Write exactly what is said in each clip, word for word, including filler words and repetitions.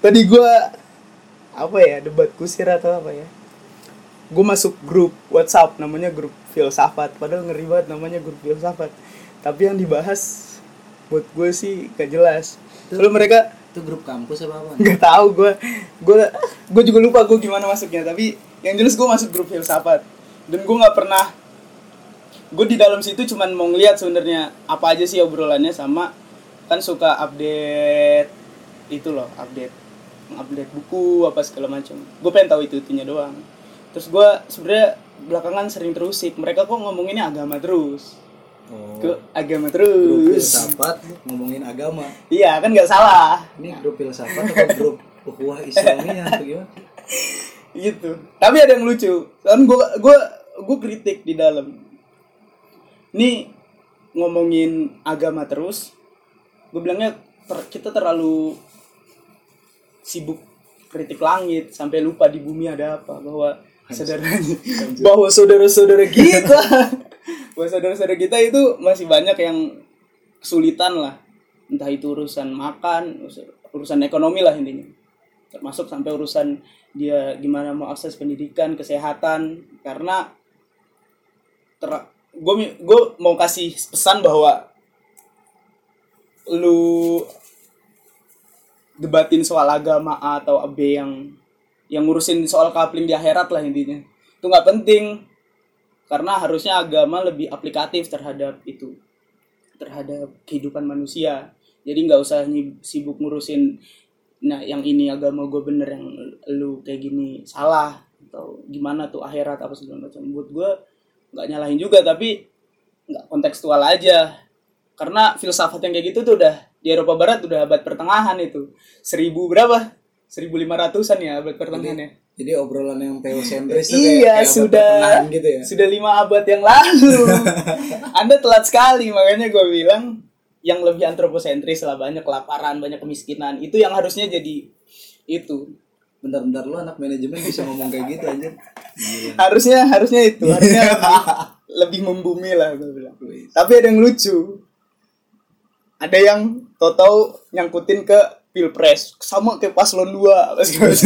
tadi gue apa ya, debat kusir atau apa ya, gue masuk grup WhatsApp namanya grup filsafat, padahal ngeri banget namanya grup filsafat, tapi yang dibahas buat gue sih gak jelas. Lalu mereka itu grup kampus apa apa? Nggak tahu gue, gue gue juga lupa gue gimana masuknya, tapi yang jelas gue masuk grup filsafat dan gue nggak pernah, gue di dalam situ cuman mau ngeliat sebenarnya apa aja sih obrolannya, sama kan suka update itu loh, update update buku apa segala macam, gue pengen tahu itu itunya doang. Terus gue sebenarnya belakangan sering terusik mereka kok ngomonginnya agama terus. Oh. Ke agama terus. Grup filsafat ngomongin agama. Iya kan nggak salah. Ini grup filsafat atau grup ukhuwah Islamiyah atau gimana? Gitu. Tapi ada yang lucu. Kan gue gue gue kritik di dalam. Nih ngomongin agama terus. Gue bilangnya ter, kita terlalu sibuk kritik langit sampai lupa di bumi ada apa, bahwa saudaranya, bahwa saudara-saudara kita bahwa saudara-saudara kita itu masih banyak yang kesulitan lah, entah itu urusan makan, urusan ekonomi lah intinya, termasuk sampai urusan dia gimana mau akses pendidikan, kesehatan. Karena gue gue mau kasih pesan bahwa lu debatin soal agama A atau B yang yang ngurusin soal coupling di akhirat lah intinya, itu nggak penting. Karena harusnya agama lebih aplikatif terhadap itu, terhadap kehidupan manusia. Jadi nggak usah sibuk ngurusin, nah yang ini agama gue bener, yang lu kayak gini salah, atau gimana tuh akhirat apa segala macam. Buat gue nggak nyalahin juga, tapi nggak kontekstual aja. Karena filsafat yang kayak gitu tuh udah di Eropa Barat udah abad pertengahan itu, seribu berapa? seribu lima ratusan ya abad pertengahan ya. Jadi obrolan yang teosentris itu iya, kayak sudah gitu ya. Sudah lima abad yang lalu. Anda telat sekali, makanya gue bilang yang lebih antroposentris lah, banyak kelaparan, banyak kemiskinan. Itu yang harusnya jadi itu. Bentar-bentar lu anak manajemen bisa ngomong kayak gitu aja. harusnya harusnya itu, harusnya lebih, lebih membumi lah gue bilang. Tapi ada yang lucu. Ada yang tau-tau nyangkutin ke Pilpres sama kayak paslon dua.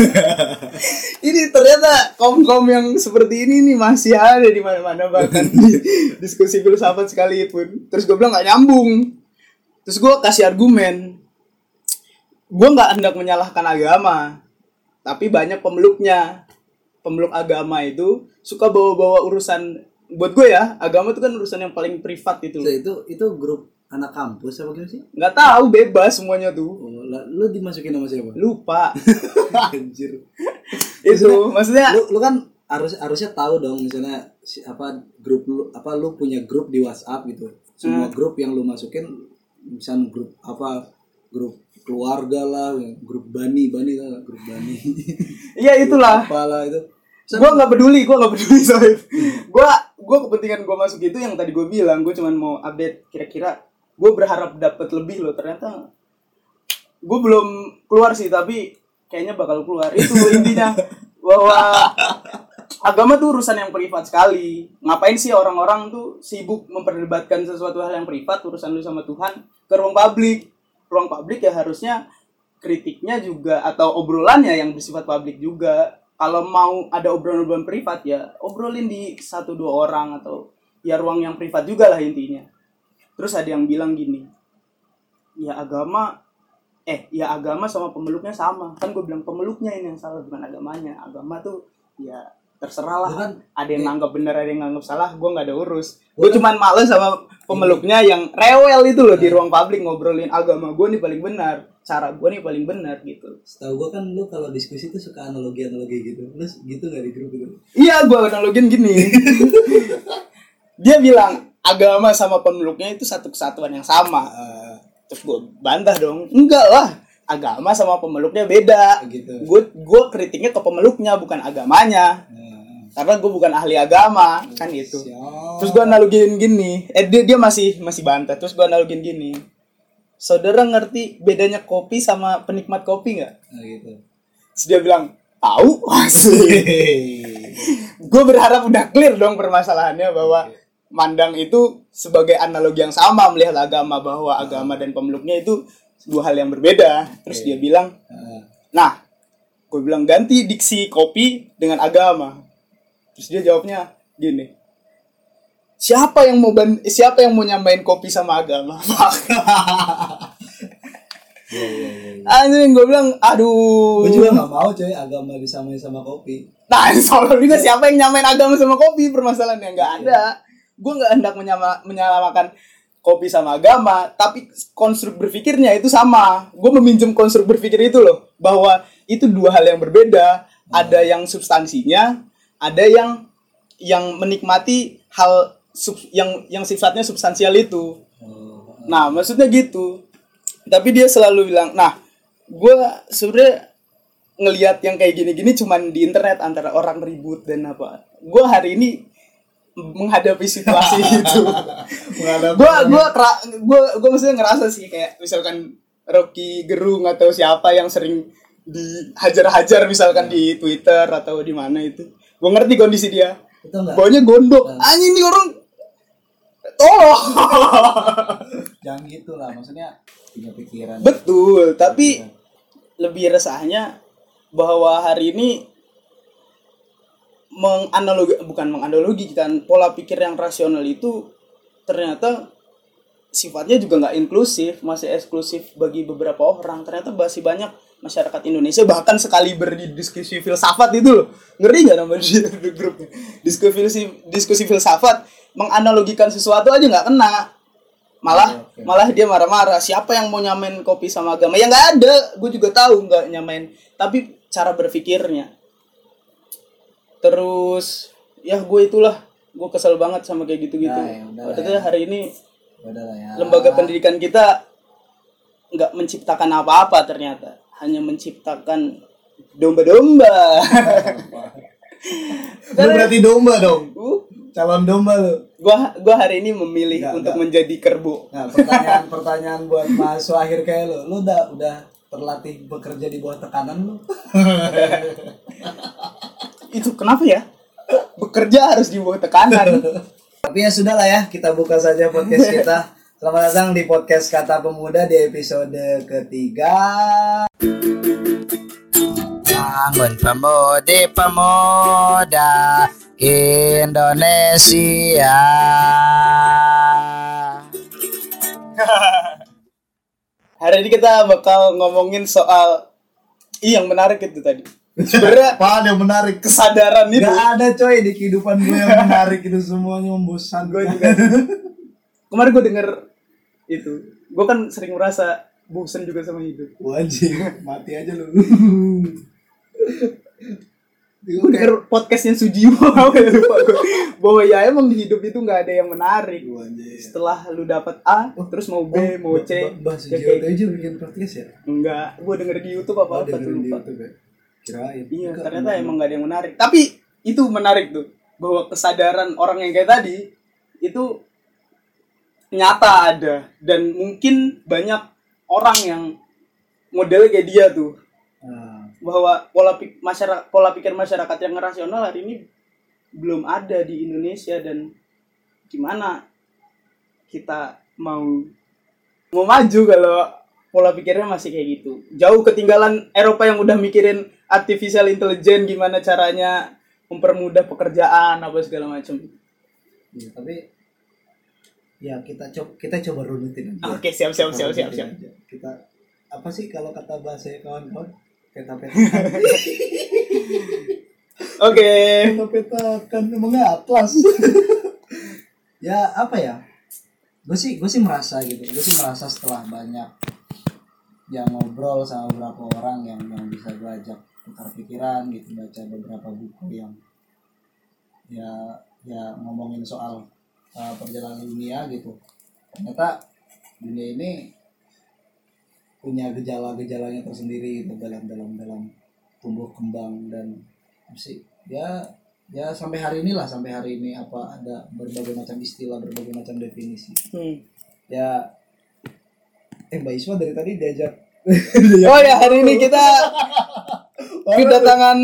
Ini ternyata kaum-kaum yang seperti ini nih masih ada di mana-mana, bahkan di diskusi filsafat sekalipun. Terus gue bilang nggak nyambung. Terus gue kasih argumen, gue nggak hendak menyalahkan agama, tapi banyak pemeluknya. Pemeluk agama itu suka bawa-bawa urusan. Buat gue ya, agama itu kan urusan yang paling privat gitu. So, itu itu grup anak kampus apa gimana sih? Nggak tahu, bebas semuanya tuh. Oh, lu dimasukin sama siapa? Lupa. Anjir. Itu maksudnya lu, lu kan harus harusnya tahu dong, misalnya apa grup lu, apa lu punya grup di WhatsApp gitu. Semua hmm. grup yang lu masukin, misalnya grup apa, grup keluarga lah, grup bani, bani lah, grup bani. Iya itulah. Apalah itu. Gue nggak peduli, gue nggak peduli soal itu. Gue gue kepentingan gue masuk itu yang tadi gue bilang, gue cuman mau update kira-kira. Gue berharap dapat lebih loh, ternyata gue belum keluar sih, tapi kayaknya bakal keluar. Itu intinya, bahwa agama tuh urusan yang privat sekali. Ngapain sih orang-orang tuh sibuk memperdebatkan sesuatu hal yang privat, urusan lu sama Tuhan, ke ruang publik. Ruang publik ya harusnya kritiknya juga atau obrolannya yang bersifat publik juga. Kalau mau ada obrolan-obrolan privat ya obrolin di satu dua orang, atau ya ruang yang privat juga lah intinya. Terus ada yang bilang gini, ya agama, eh ya agama sama pemeluknya sama. Kan gue bilang pemeluknya ini yang salah, bukan agamanya. Agama tuh ya terserah lah. Kan, ada yang nganggap benar, ada yang nganggap salah. Gue nggak ada urus. Gue cuman males sama pemeluknya yang rewel itu loh di ruang publik ngobrolin agama gue nih paling benar, cara gue nih paling benar gitu. Setahu gue kan lu kalau diskusi tuh suka analogi-analogi gitu. Lu gitu nggak di grup itu? Iya, gue analogin gini. Dia bilang agama sama pemeluknya itu satu kesatuan yang sama. Uh, terus gue bantah dong, enggak lah, agama sama pemeluknya beda. Gitu. Gue gue kritiknya ke pemeluknya, bukan agamanya. Hmm. Karena gue bukan ahli agama, kan gitu. Siap. Terus gue analogiin gini, eh dia, dia masih masih bantah. Terus gue analogiin gini, saudara ngerti bedanya kopi sama penikmat kopi nggak? Nah, gitu. Terus dia bilang, tahu. Gue berharap udah clear dong permasalahannya, bahwa mandang itu sebagai analogi yang sama, melihat agama, bahwa agama dan pemeluknya itu dua hal yang berbeda. Terus okay. dia bilang, Nah, gue bilang ganti diksi kopi dengan agama. Terus dia jawabnya gini, siapa yang mau ban- siapa yang mau nyamain kopi sama agama? Iya iya iya. Anjing, gue bilang aduh. Gue juga nggak mau coy agama disamain sama kopi. Nah, soalnya juga siapa yang nyamain agama sama kopi, permasalahannya nggak ada. Gue nggak hendak menyama, menyamakan kopi sama agama, tapi konstruk berpikirnya itu sama. Gue meminjam konstruk berpikir itu loh, bahwa itu dua hal yang berbeda. Hmm. Ada yang substansinya, ada yang yang menikmati hal sub, yang yang sifatnya substansial itu. Hmm. Nah, maksudnya gitu. Tapi dia selalu bilang, nah, gue sebenarnya ngelihat yang kayak gini-gini cuman di internet antara orang ribut dan apa. Gue hari ini menghadapi situasi itu. Gue gue gue gue maksudnya ngerasa sih kayak misalkan Rocky Gerung atau siapa yang sering dihajar-hajar misalkan di Twitter atau di mana itu. Gue ngerti kondisi dia. Baunya gondok. Nah. Anjing nih orang. Tolong. Jangan gitu lah, maksudnya punya pikiran. Betul, tapi pikiran. Lebih resahnya bahwa hari ini menganalogi bukan menganalogikan pola pikir yang rasional itu ternyata sifatnya juga nggak inklusif, masih eksklusif bagi beberapa orang. Ternyata masih banyak masyarakat Indonesia bahkan sekaliber di diskusi filsafat itu loh, ngeri nggak nama dia di grupnya, diskusi diskusi filsafat menganalogikan sesuatu aja nggak kena, malah okay, okay. malah dia marah-marah siapa yang mau nyamain kopi sama agama, ya nggak ada, gue juga tahu nggak nyamain, tapi cara berpikirnya. Terus ya gue itulah, gue kesel banget sama kayak gitu-gitu. Nah, ya, hari ini ya. Lembaga pendidikan kita nggak menciptakan apa-apa ternyata, hanya menciptakan domba-domba. Lu berarti domba dong. Uh? Calon domba lu. Gua gua hari ini memilih nggak, untuk nggak. menjadi kerbau. Nah, pertanyaan-pertanyaan buat mahasiswa akhir kayak lu. Lu udah udah terlatih bekerja di bawah tekanan lu? Itu kenapa ya? Bekerja harus di bawah tekanan. Tapi ya sudahlah ya, kita buka saja podcast kita. Selamat datang di podcast Kata Pemuda di episode ketiga. Bangun pemudi pemuda Indonesia. Hari ini kita bakal ngomongin soal Ih, yang menarik itu tadi. Sebenarnya apa yang menarik? Kesadaran itu. Gak ada coy di kehidupan gue yang menarik itu, semuanya membosankan. Gue juga. Kemarin gue denger itu. Gue kan sering merasa bosan juga sama hidup. Wajib, mati aja lu. Gue denger podcastnya Sujiwo. Bahwa ya emang di hidup itu gak ada yang menarik. Wajib. Setelah lu dapet A, oh, terus mau B, oh, mau C. Bah Sujiwo aja bikin podcast ya? Enggak, gue denger di YouTube apa-apa oh, tuh lupa. Kirain. Iya, ternyata emang gak ada yang menarik. Tapi itu menarik tuh, bahwa kesadaran orang yang kayak tadi itu nyata ada, dan mungkin banyak orang yang modelnya kayak dia tuh. Hmm. Bahwa pola pikir masyarakat pola pikir masyarakat yang rasional hari ini belum ada di Indonesia, dan gimana kita mau mau maju kalau pola pikirnya masih kayak gitu. Jauh ketinggalan Eropa yang udah mikirin artificial intelligence, gimana caranya mempermudah pekerjaan apa segala macam. Ya, tapi ya kita coba kita coba runutin aja. Oke, siap siap siap siap siap. Kita apa sih kalau kata bahasa kawan-kawan? Peta-peta. Oke. Peta-peta kan emangnya atlas. Ya apa ya? Gue sih gue sih merasa gitu. Gue sih merasa setelah banyak yang ngobrol sama beberapa orang yang yang bisa gue ajak tukar pikiran gitu, baca beberapa buku yang ya ya ngomongin soal uh, perjalanan dunia gitu. Ternyata dunia ini punya gejala-gejalanya tersendiri gitu, dalam dalam dalam tumbuh kembang, dan sih ya ya sampai hari inilah sampai hari ini apa ada berbagai macam istilah, berbagai macam definisi. Hmm. Ya eh Mbak Iswa dari tadi diajak. Oh ya, hari ini kita kedatangan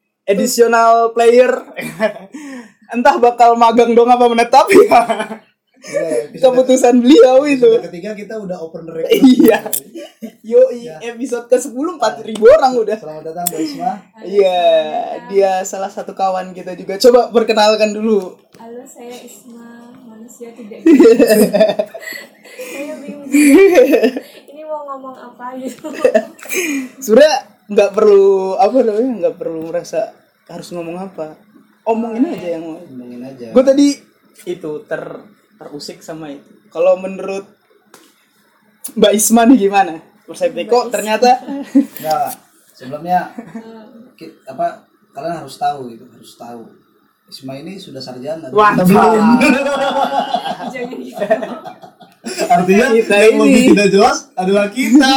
additional player. Entah bakal magang dong apa menetap ya. Ya, keputusan beliau itu. Episode ketiga kita udah open the record. Iya. Yo, Ya. episode ke sepuluh empat ribu orang udah. Selamat datang Mbak Isma. Iya, dia salah satu kawan kita juga. Coba perkenalkan dulu. Halo, saya Isma, manusia tidak jelas. Saya bingung juga. Ini mau ngomong apa gitu. Sebenarnya nggak perlu apa namanya, nggak perlu merasa harus ngomong apa. Omongin aja yang mau. Ngomongin aja. Gue tadi itu ter terusik sama itu. Kalau menurut Mbak Isma nih gimana? Persepsi kok ternyata Enggak. Sebelumnya ki- apa kalian harus tahu gitu, harus tahu. Isma ini sudah sarjana. Wah, Kita belum. Jangan gitu. Artinya Kita yang ini. lebih tidak jelas adalah kita.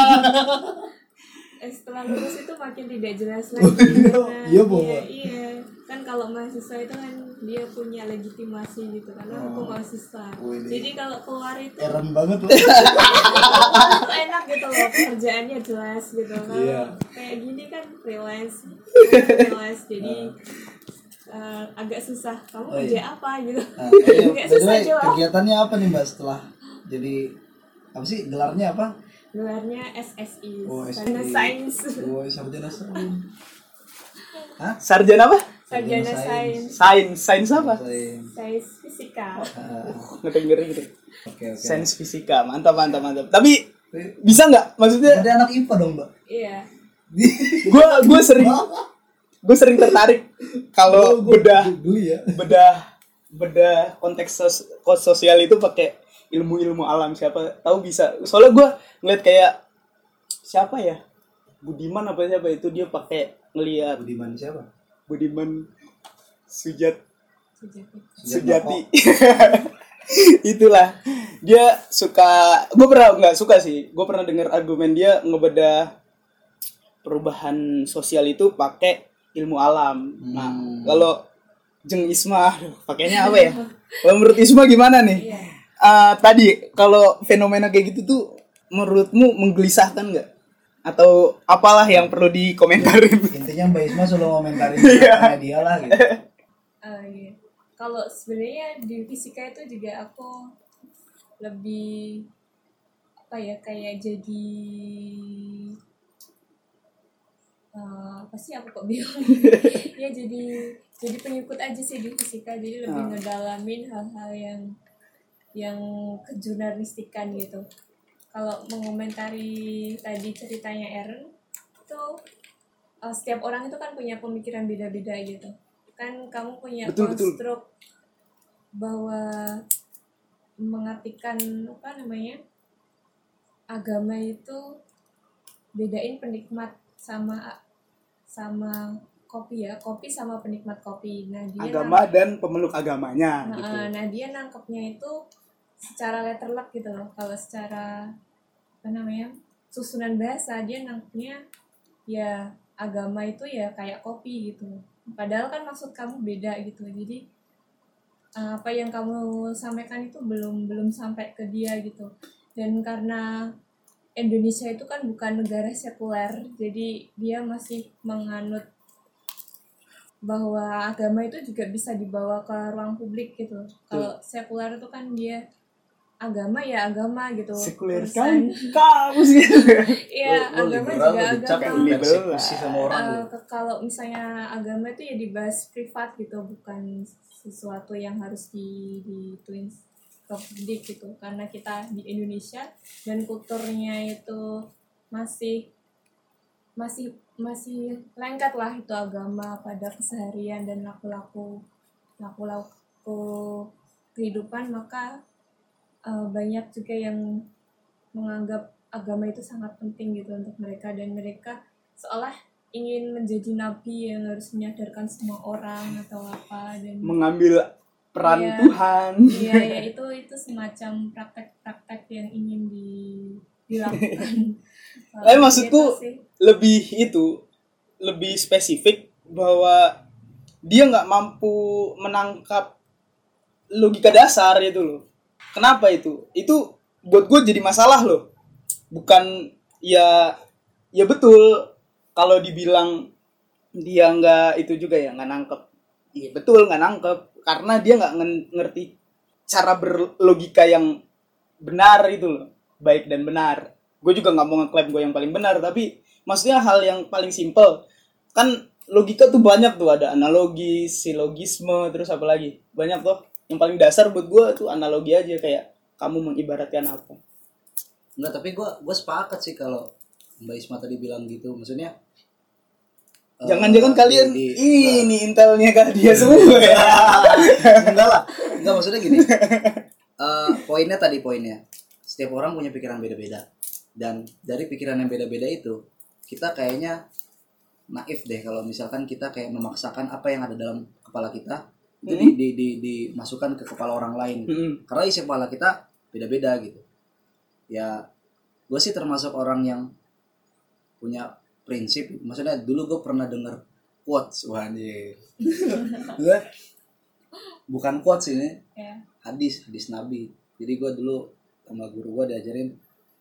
Eh, setelah lulus itu makin tidak jelas lagi. Karena- Iya, Bu. iya, iya. Kan kalau mahasiswa itu kan dia punya legitimasi gitu karena aku mahasiswa. Oh, ini. Jadi kalau keluar itu Eren banget loh. keluar itu enak gitu loh, pekerjaannya jelas gitu. Kalau Iya. kayak gini kan freelance, freelance jadi eh, agak susah. Kamu Oh, kerja iya. apa gitu? Nah, iya, Agak by the susah way, jawab. kegiatannya apa nih Mbak setelah jadi apa sih gelarnya apa? Gelarnya S S I, Oh, S S I. Sarjana Sains. Oh, sarjana sains. Hah? sarjana apa? Sarjana Sarjana Sains. Sains, sains apa? Sains. Sains fisika. Ah, Ngedengerin gitu. Oke, oke. Sains fisika, mantap mantap mantap. Tapi Tapi- bisa nggak? Maksudnya Jadi anak I P A dong, Mbak. Iya. gue gue sering gue sering tertarik kalau Gua- gua bedah geli ya. bedah bedah konteks sos, kos sosial itu pakai ilmu-ilmu alam. Siapa tahu bisa. Soalnya gue ngeliat kayak siapa ya, Budiman apa siapa itu, dia pakai ngeliat Budiman siapa? Budiman Sujat Sejati. Sujati. Itulah, dia suka, gue pernah nggak suka sih, gue pernah dengar argumen dia ngebedah perubahan sosial itu pakai ilmu alam. Nah, Hmm. kalau Jeng Isma, aduh, pakainya apa ya? Kalau menurut Isma gimana nih? Iya. Eh, tadi kalau fenomena kayak gitu tuh menurutmu menggelisahkan nggak? Atau apalah yang perlu dikomentarin? Intinya Mbak Isma selalu ngomentarin sama dia lah gitu. Ah, iya. Kalau sebenarnya di fisika itu juga aku lebih apa ya kayak jadi eh, apa sih aku kok bingung ya jadi jadi pengikut aja sih di fisika jadi lebih Ah. ngedalamin hal-hal yang yang kejurnalistikan gitu. Kalau mengomentari tadi ceritanya Aaron itu eh, setiap orang itu kan punya pemikiran beda-beda gitu kan kamu punya Betul, betul. konstruk bahwa mengartikan apa namanya agama itu bedain penikmat sama sama kopi ya kopi sama penikmat kopi. Nah dia Agama dan pemeluk agamanya Nah, gitu. nah dia nangkepnya itu secara letterlock gitu loh. Kalau secara apa namanya susunan bahasa dia nangkepnya ya agama itu ya kayak kopi gitu. Padahal kan maksud kamu beda gitu. Jadi uh, apa yang kamu sampaikan itu belum belum sampai ke dia gitu. Dan karena Indonesia itu kan bukan negara sekuler, jadi dia masih menganut bahwa agama itu juga bisa dibawa ke ruang publik gitu. Kalau sekuler itu kan dia agama ya agama gitu. Sekuler Urusan- kan kamu sih. Iya, Lu- lu agama liberal, juga lu dicap agama. lu persekusi sama orang Eh, lu. ke- kalau misalnya agama itu ya dibahas privat gitu, bukan sesuatu yang harus di dituin ke publik gitu. Karena kita di Indonesia dan kulturnya itu masih masih masih lengket lah itu agama pada keseharian dan laku-laku laku-laku kehidupan, maka eh, banyak juga yang menganggap agama itu sangat penting gitu untuk mereka dan mereka seolah ingin menjadi nabi yang harus menyadarkan semua orang atau apa dan Mengambil peran Iya. Tuhan. iya ya itu itu semacam praktek-praktek yang ingin di, dilakukan. Tapi maksudku Gitu sih. lebih itu lebih spesifik bahwa dia nggak mampu menangkap logika dasar itu loh. Kenapa itu? Itu buat gue jadi masalah loh. Bukan ya ya betul kalau dibilang dia nggak itu juga ya nggak nangkep. Iya betul nggak nangkep karena dia nggak ngen- ngerti cara berlogika yang benar itu loh, baik dan benar. Gue juga nggak mau ngeklaim gue yang paling benar, tapi maksudnya hal yang paling simple kan, logika tuh banyak tuh, ada analogi, silogisme, terus apa lagi banyak tuh. Yang paling dasar buat gue tuh analogi aja, kayak kamu mengibaratkan apa. Enggak, tapi gue gue sepakat sih kalau Mbak Isma tadi bilang gitu, maksudnya jangan-jangan uh, kalian di, di, ini nah. Intelnya kan dia semua ya. Enggak lah, enggak, maksudnya gini. Uh, poinnya tadi poinnya setiap orang punya pikiran beda-beda, dan dari pikiran yang beda-beda itu kita kayaknya naif deh kalau misalkan kita kayak memaksakan apa yang ada dalam kepala kita itu hmm. di, di, di, dimasukkan ke kepala orang lain, hmm. karena isi kepala kita beda-beda gitu. Ya gue sih termasuk orang yang punya prinsip, maksudnya dulu gue pernah denger quotes, wah anjir. Gue bukan quotes ini, yeah. hadis, hadis Nabi. Jadi gue dulu sama guru gue diajarin,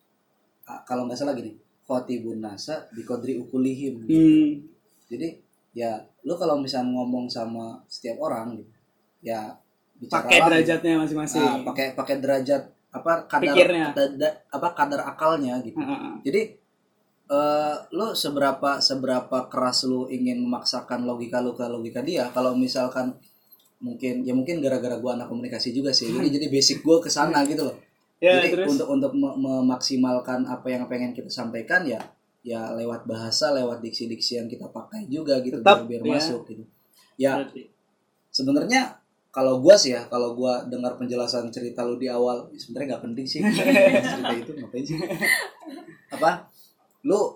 kalau nggak salah gini, khotibun nasa biqadri ukulihim. Hmm. Jadi ya lu kalau misalnya ngomong sama setiap orang gitu, ya bicara pakai derajatnya masing-masing. Nah, pakai pakai derajat apa kadar kadar apa kadar akalnya gitu. Uh-huh. Jadi uh, lu seberapa seberapa keras lu ingin memaksakan logika lu ke logika dia, kalau misalkan mungkin ya mungkin gara-gara gua anak komunikasi juga sih. Jadi jadi basic gua kesana gitu loh. Ya, jadi terus? untuk untuk memaksimalkan apa yang pengen kita sampaikan ya ya lewat bahasa, lewat diksi-diksi yang kita pakai juga gitu. Tetap, biar, biar ya. masuk gitu. Ya sebenarnya kalau gue sih ya, kalau gue dengar penjelasan cerita lu di awal, sebenarnya nggak penting sih cerita itu, ngapain sih? Apa? Lu,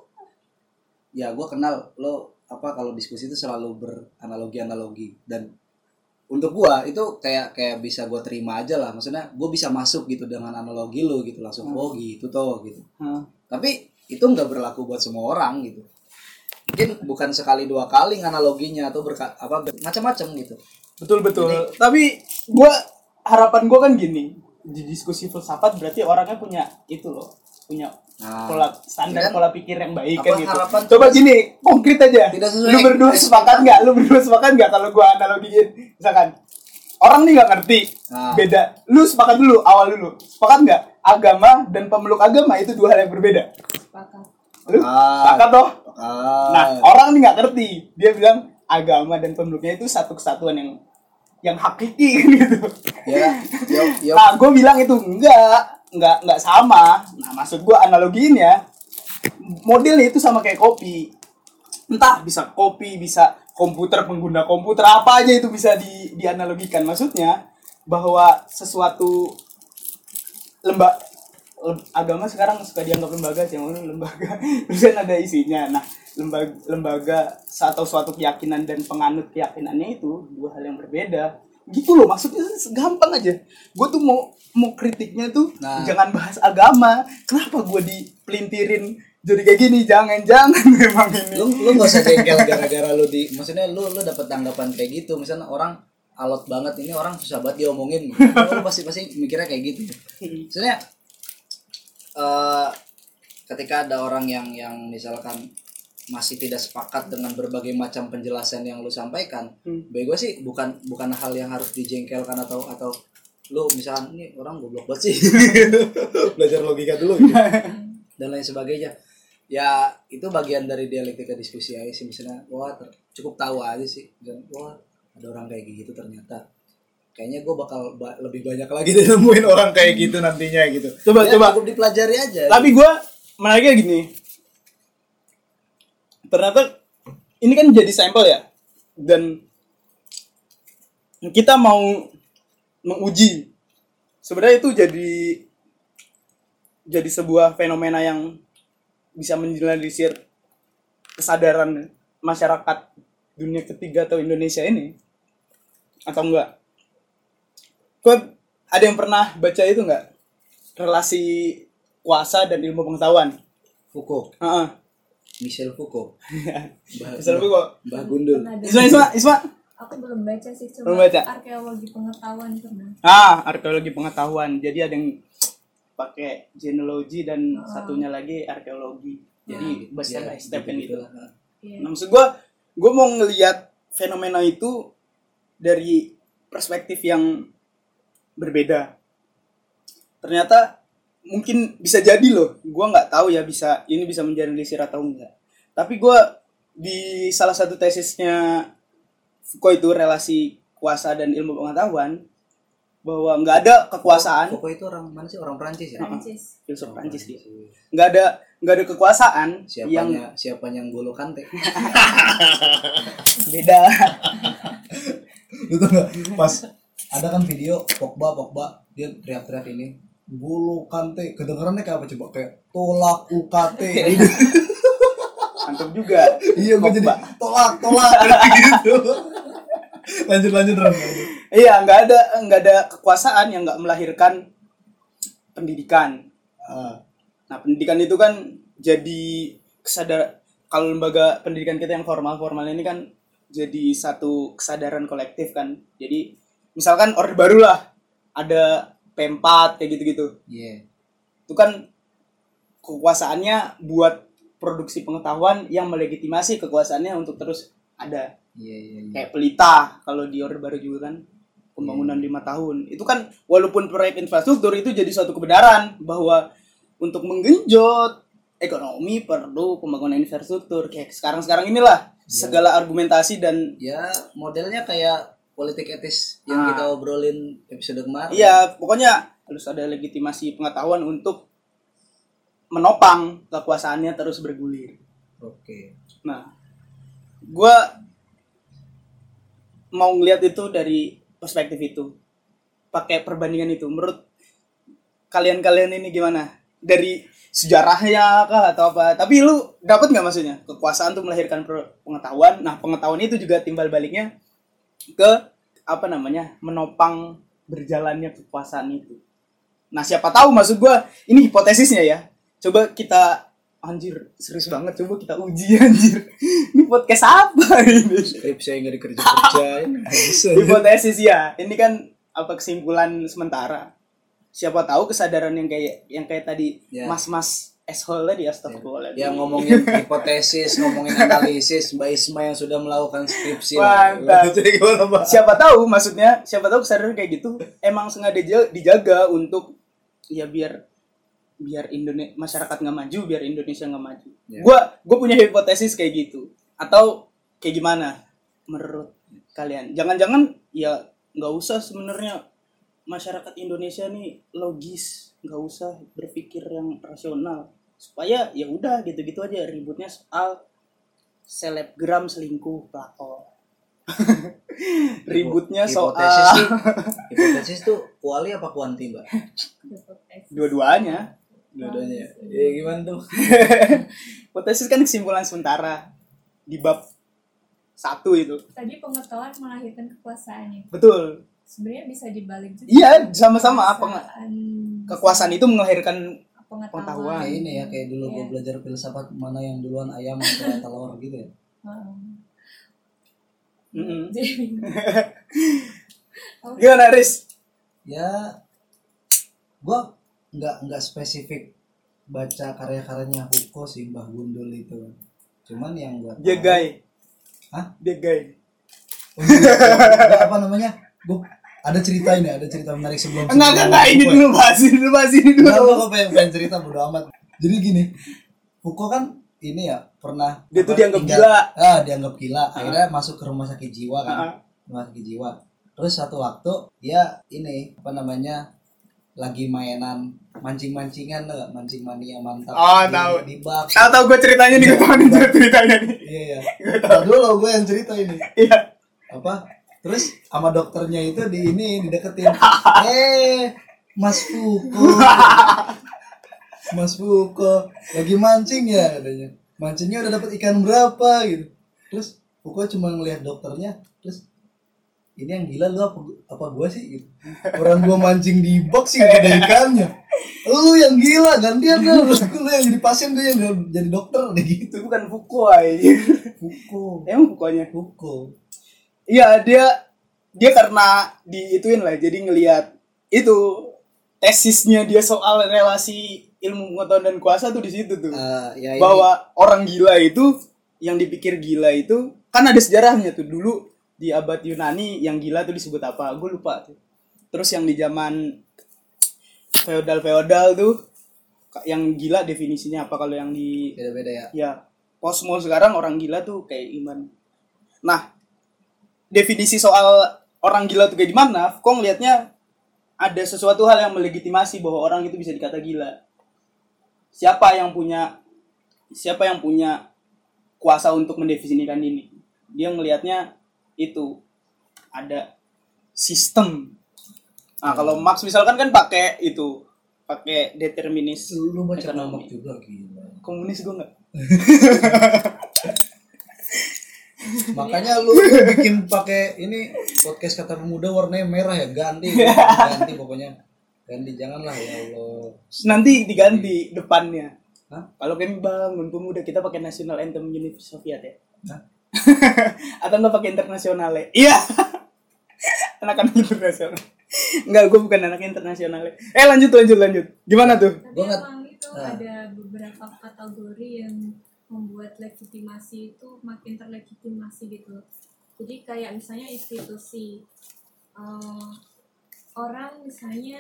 ya gue kenal lu apa kalau diskusi itu selalu beranalogi-analogi, dan untuk gue itu kayak kayak bisa gue terima aja lah, maksudnya gue bisa masuk gitu dengan analogi lu gitu langsung, hmm. oh gitu toh gitu. Hmm. Tapi itu nggak berlaku buat semua orang gitu. Mungkin bukan sekali dua kali analoginya atau berka, apa macam-macam gitu. Betul betul. Jadi, tapi gue harapan gue kan gini, di diskusi filsafat berarti orangnya punya itu loh, punya nah, pola standar kan, pola pikir yang baik kan gitu. Coba gini konkret aja. Lu berdua sepakat nggak? Lu berdua sepakat nggak kalau gue analogiin? Misalkan orang nih nggak ngerti nah. beda. Lu sepakat dulu awal dulu. Sepakat nggak? Agama dan pemeluk agama itu dua hal yang berbeda. Sepakat. Lu ah, sepakat toh? Ah. Nah orang nih nggak ngerti, dia bilang agama dan pemeluknya itu satu kesatuan yang yang hakiki gitu. Ya, yuk, yuk. Nah, gue bilang itu enggak, enggak enggak sama. Nah, maksud gue analogiin ya, modelnya itu sama kayak kopi. Entah bisa kopi, bisa komputer, pengguna komputer, apa aja itu bisa di dianalogikan. Maksudnya bahwa sesuatu lembaga agama sekarang suka dianggap lembaga sih, maksudnya lembaga. Terus kan ada isinya. Nah, lembaga lembaga atau suatu keyakinan dan penganut keyakinannya itu dua hal yang berbeda. Gitu loh, maksudnya gampang aja. Gue tuh mau mau kritiknya tuh nah. jangan bahas agama. Kenapa gue dipelintirin jadi kayak gini? Jangan-jangan memang ini. Lu lu enggak usah jengkel gara-gara lu di maksudnya lu lu dapat tanggapan kayak gitu. Misalnya orang alot banget, ini orang susah banget diomongin. Lu pasti pasti mikirnya kayak gitu. Maksudnya Uh, ketika ada orang yang yang misalkan masih tidak sepakat dengan berbagai macam penjelasan yang lu sampaikan, hmm. bagi gue sih bukan bukan hal yang harus dijengkelkan atau atau lu misalkan ini orang goblok banget sih belajar logika dulu gitu. Dan lain sebagainya. Ya itu bagian dari dialektika diskusi aja sih, misalnya wah ter- cukup tahu aja sih, dan wah ada orang kayak gitu ternyata. Kayaknya gue bakal ba- lebih banyak lagi deh nemuin orang kayak gitu nantinya gitu. Coba ya, coba cukup dipelajari aja. Tapi gue menariknya gini. Ternyata ini kan jadi sampel ya. Dan kita mau menguji. Sebenarnya itu jadi jadi sebuah fenomena yang bisa menjelaskan kesadaran masyarakat dunia ketiga atau Indonesia ini. Atau enggak? Kau ada yang pernah baca itu enggak? Relasi kuasa dan ilmu pengetahuan. Foucault. Uh-uh. Michel Foucault. Bah, Michel Foucault. Mbah Gundul. Isma, Isma, Isma. Aku belum baca sih, coba belum baca. Arkeologi pengetahuan pernah. Ah, arkeologi pengetahuan. Jadi ada yang pakai genealogi dan oh. satunya lagi arkeologi. Jadi ya, step by step kan gitu. Ya. Nah, maksud gue, gue mau ngelihat fenomena itu dari perspektif yang berbeda. Ternyata mungkin bisa jadi loh, gue nggak tahu ya bisa ini bisa menjadi atau enggak. Tapi gue di salah satu tesisnya Foucault itu relasi kuasa dan ilmu pengetahuan bahwa nggak ada kekuasaan. Foucault itu orang mana sih? Orang Prancis ya? Prancis. Filsuf Prancis dia. Nggak ada nggak ada kekuasaan Siapanya yang siapanya yang Golo Kante. beda. Itu enggak pas ada kan video Pogba Pogba dia teriak-teriak ini Golo Kante, kedengarannya kayak apa coba, kayak tolak U K T gitu. Mantap juga. Iya gue jadi tolak tolak gitu. lanjut lanjut Ron. Iya, nggak ada nggak ada kekuasaan yang nggak melahirkan pendidikan. Ah. Nah, pendidikan itu kan jadi kesadar kalau lembaga pendidikan kita yang formal-formal ini kan jadi satu kesadaran kolektif kan. Jadi misalkan Orde Baru lah ada P empat kayak gitu-gitu. Iya. Yeah. Itu kan kekuasaannya buat produksi pengetahuan yang melegitimasi kekuasaannya untuk terus ada. Iya, iya, iya. Kayak Pelita kalau di Orde Baru juga kan pembangunan lima tahun. Itu kan walaupun proyek infrastruktur itu jadi suatu kebenaran bahwa untuk menggenjot ekonomi perlu pembangunan infrastruktur. Kayak sekarang-sekarang inilah Ya. segala argumentasi dan Ya modelnya kayak politik etis yang Ah. kita obrolin episode kemarin. iya pokoknya harus ada legitimasi pengetahuan untuk menopang kekuasaannya terus bergulir. Oke. Nah, gue mau ngeliat itu dari perspektif itu, pakai perbandingan itu. Menurut kalian-kalian ini gimana? Dari sejarahnya kah atau apa? Tapi lu dapat nggak maksudnya kekuasaan tuh melahirkan pengetahuan. Nah, pengetahuan itu juga timbal baliknya ke apa namanya menopang berjalannya kekuasaan itu. Nah, siapa tahu maksud gue ini hipotesisnya ya. Coba kita anjir serius banget, coba kita uji anjir. Ini podcast apa ini? Skripsi yang nggak dikerja-kerjain. Hipotesis ya. Ini kan apa kesimpulan sementara. Siapa tahu kesadaran yang kayak yang kayak tadi Ya. mas-mas asshole tadi astagfirullahaladzim. Yang ngomongin hipotesis, ngomongin analisis, Mbak Isma yang sudah melakukan skripsi. Mantap. Jadi gimana, Mbak? Siapa tahu maksudnya, siapa tahu kesadaran kayak gitu emang sengaja dijaga, dijaga untuk ya biar biar Indonesia masyarakat nggak maju, biar Indonesia nggak maju. Ya. Gua gue punya hipotesis kayak gitu. Atau kayak gimana menurut kalian? Jangan-jangan ya nggak usah sebenarnya masyarakat Indonesia nih logis, nggak usah berpikir yang rasional, supaya ya udah gitu-gitu aja ributnya soal selebgram selingkuh pelakor. Ributnya soal hipotesis tuh, hipotesis tuh kuali apa kuanti, Mbak? dua-duanya. Dua-duanya. Ya gimana tuh? Hipotesis kan kesimpulan sementara di bab satu itu. Tadi pengetahuan melahirkan kekuasaannya. Betul. Sebenarnya bisa dibalik juga. Iya, sama-sama apa Kekuasaan, kekuasaan itu melahirkan pengetahuan. pengetahuan. Kayak ini ya, kayak dulu Iya. gue belajar filsafat mana yang duluan ayam atau telur gitu ya. Heeh. Mm-mm. Jadi Gimana, Riz? Ya, gue nggak nggak spesifik baca karya-karyanya Foucault sih, Mbah Gundul itu. Cuman yang gue Dia gay. Hah? Dia gay. Nggak, apa namanya? Gue ada cerita ini, ada cerita menarik sebelum. Enggak, enggak, enggak, ini dulu bahas ini dulu, bahas ini dulu. Enggak, gue pengen, pengen cerita bodo amat. Jadi gini, Foucault kan ini ya pernah Dia apa, tuh dianggap tinggal- gila. Ah, dianggap gila. Akhirnya masuk ke rumah sakit jiwa kan. Ah. Rumah sakit jiwa. Terus satu waktu dia ini apa namanya? Lagi mainan mancing-mancingan lah, mancing mania mantap. Oh, di, tahu. di bak. Tahu tahu gue ceritanya nih, gue tahu nih ceritanya nih. Iya, iya. Tahu dulu gue yang cerita ini. Iya. Apa? Terus sama dokternya itu di ini dideketin. Eh, Mas Foucault. Mas Foucault lagi mancing ya katanya. Mancingnya udah dapat ikan berapa gitu. Terus Foucault cuma ngelihat dokternya, terus ini yang gila lu apa, apa gua sih gitu. Orang gua mancing di box sih gak ada ikannya. Lu yang gila, gantian lu. Lu yang jadi pasien, gue yang jadi dokter deh gitu. Itu bukan Foucault aja. Foucault. Emang Foucaultnya? Foucault. Iya, dia dia karena diituin lah, jadi ngelihat itu tesisnya dia soal relasi ilmu pengetahuan dan kuasa tuh di situ tuh. Uh, ya ini- Bahwa orang gila itu yang dipikir gila itu kan ada sejarahnya tuh dulu di abad Yunani yang gila tuh disebut apa? Gue lupa tuh. terus yang di zaman feodal-feodal tuh yang gila definisinya apa, kalau yang di Beda-beda ya. ya posmo sekarang orang gila tuh kayak gimana. Nah, definisi soal orang gila tuh kayak gimana, kok ngelihatnya ada sesuatu hal yang melegitimasi bahwa orang itu bisa dikata gila. Siapa yang punya siapa yang punya kuasa untuk mendefinisikan ini? Dia ngelihatnya itu ada sistem. Nah, kalau Marx misalkan kan pakai itu, pakai determinis. Lu baca ekonomi. Marx juga gila. Komunis gue nggak. Makanya lu, lu bikin pakai ini podcast Kata Pemuda warnanya merah ya, ganti ganti pokoknya ganti, janganlah ya Allah. Nanti diganti depannya. Hah? Kalau kami bangun pemuda kita pakai national anthem Uni Soviet ya. Hah? Atau nggak pakai internasional ya? Iya. Anak-anak internasional. Enggak, gue bukan anak internasional. Eh lanjut lanjut lanjut. Gimana tuh? Tapi Gua nggak- emang itu Nah. ada beberapa kategori yang membuat legitimasi itu makin terlegitimasi gitu. Jadi kayak misalnya institusi, eh, orang misalnya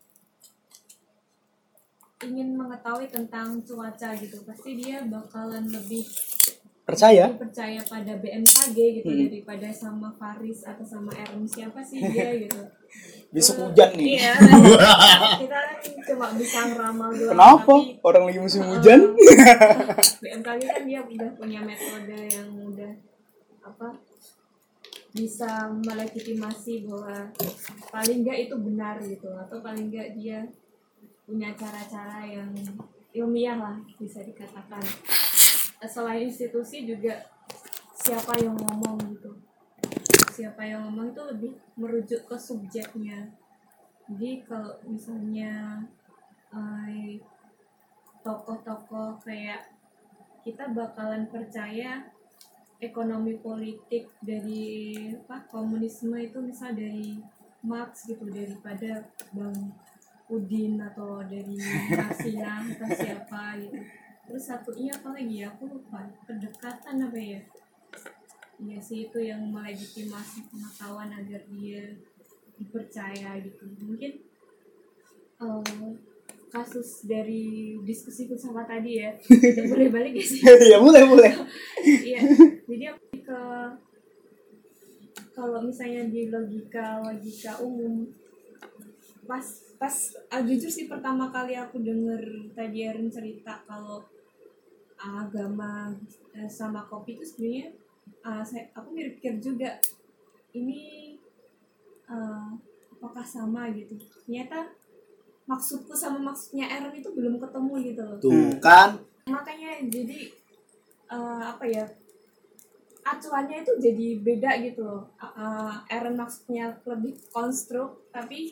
ingin mengetahui tentang cuaca gitu, pasti dia bakalan lebih Percaya? lebih percaya pada B M K G gitu Hmm. daripada sama Faris atau sama Erm siapa sih dia gitu. Besok Eh, hujan nih. Iya. Kita kan cuma bisa ngeramal doang. Kenapa? tapi Orang lagi musim hujan? B M K G kan dia udah punya metode yang udah apa bisa melegitimasi bahwa paling enggak itu benar gitu, atau paling enggak dia punya cara-cara yang ilmiah lah bisa dikatakan. Selain institusi juga siapa yang ngomong gitu, siapa yang ngomong itu lebih merujuk ke subjeknya. Jadi kalau misalnya eh, tokoh-tokoh kayak kita bakalan percaya ekonomi politik dari apa komunisme itu misal dari Marx gitu daripada Bang Udin atau dari Masina atau siapa gitu. Terus satunya apa lagi ya, aku lupa, kedekatan apa ya. Iya sih, itu yang melegitimasi pengetahuan agar dia dipercaya gitu. Mungkin eh, kasus dari diskusi bersama tadi ya, udah boleh balik ya sih. Ya boleh boleh. Iya, jadi aku ke kalau misalnya di logika logika umum, pas pas ah, jujur sih pertama kali aku denger tadi Aaron cerita kalau agama eh, sama kopi itu sebenarnya ah, saya aku mikir juga ini eh, apakah sama gitu. Ternyata maksudku sama maksudnya Aaron itu belum ketemu gitu loh. Tuh kan. Makanya jadi eh, apa ya, acuannya itu jadi beda gitu loh. Uh, Aaron maksudnya lebih konstruk, tapi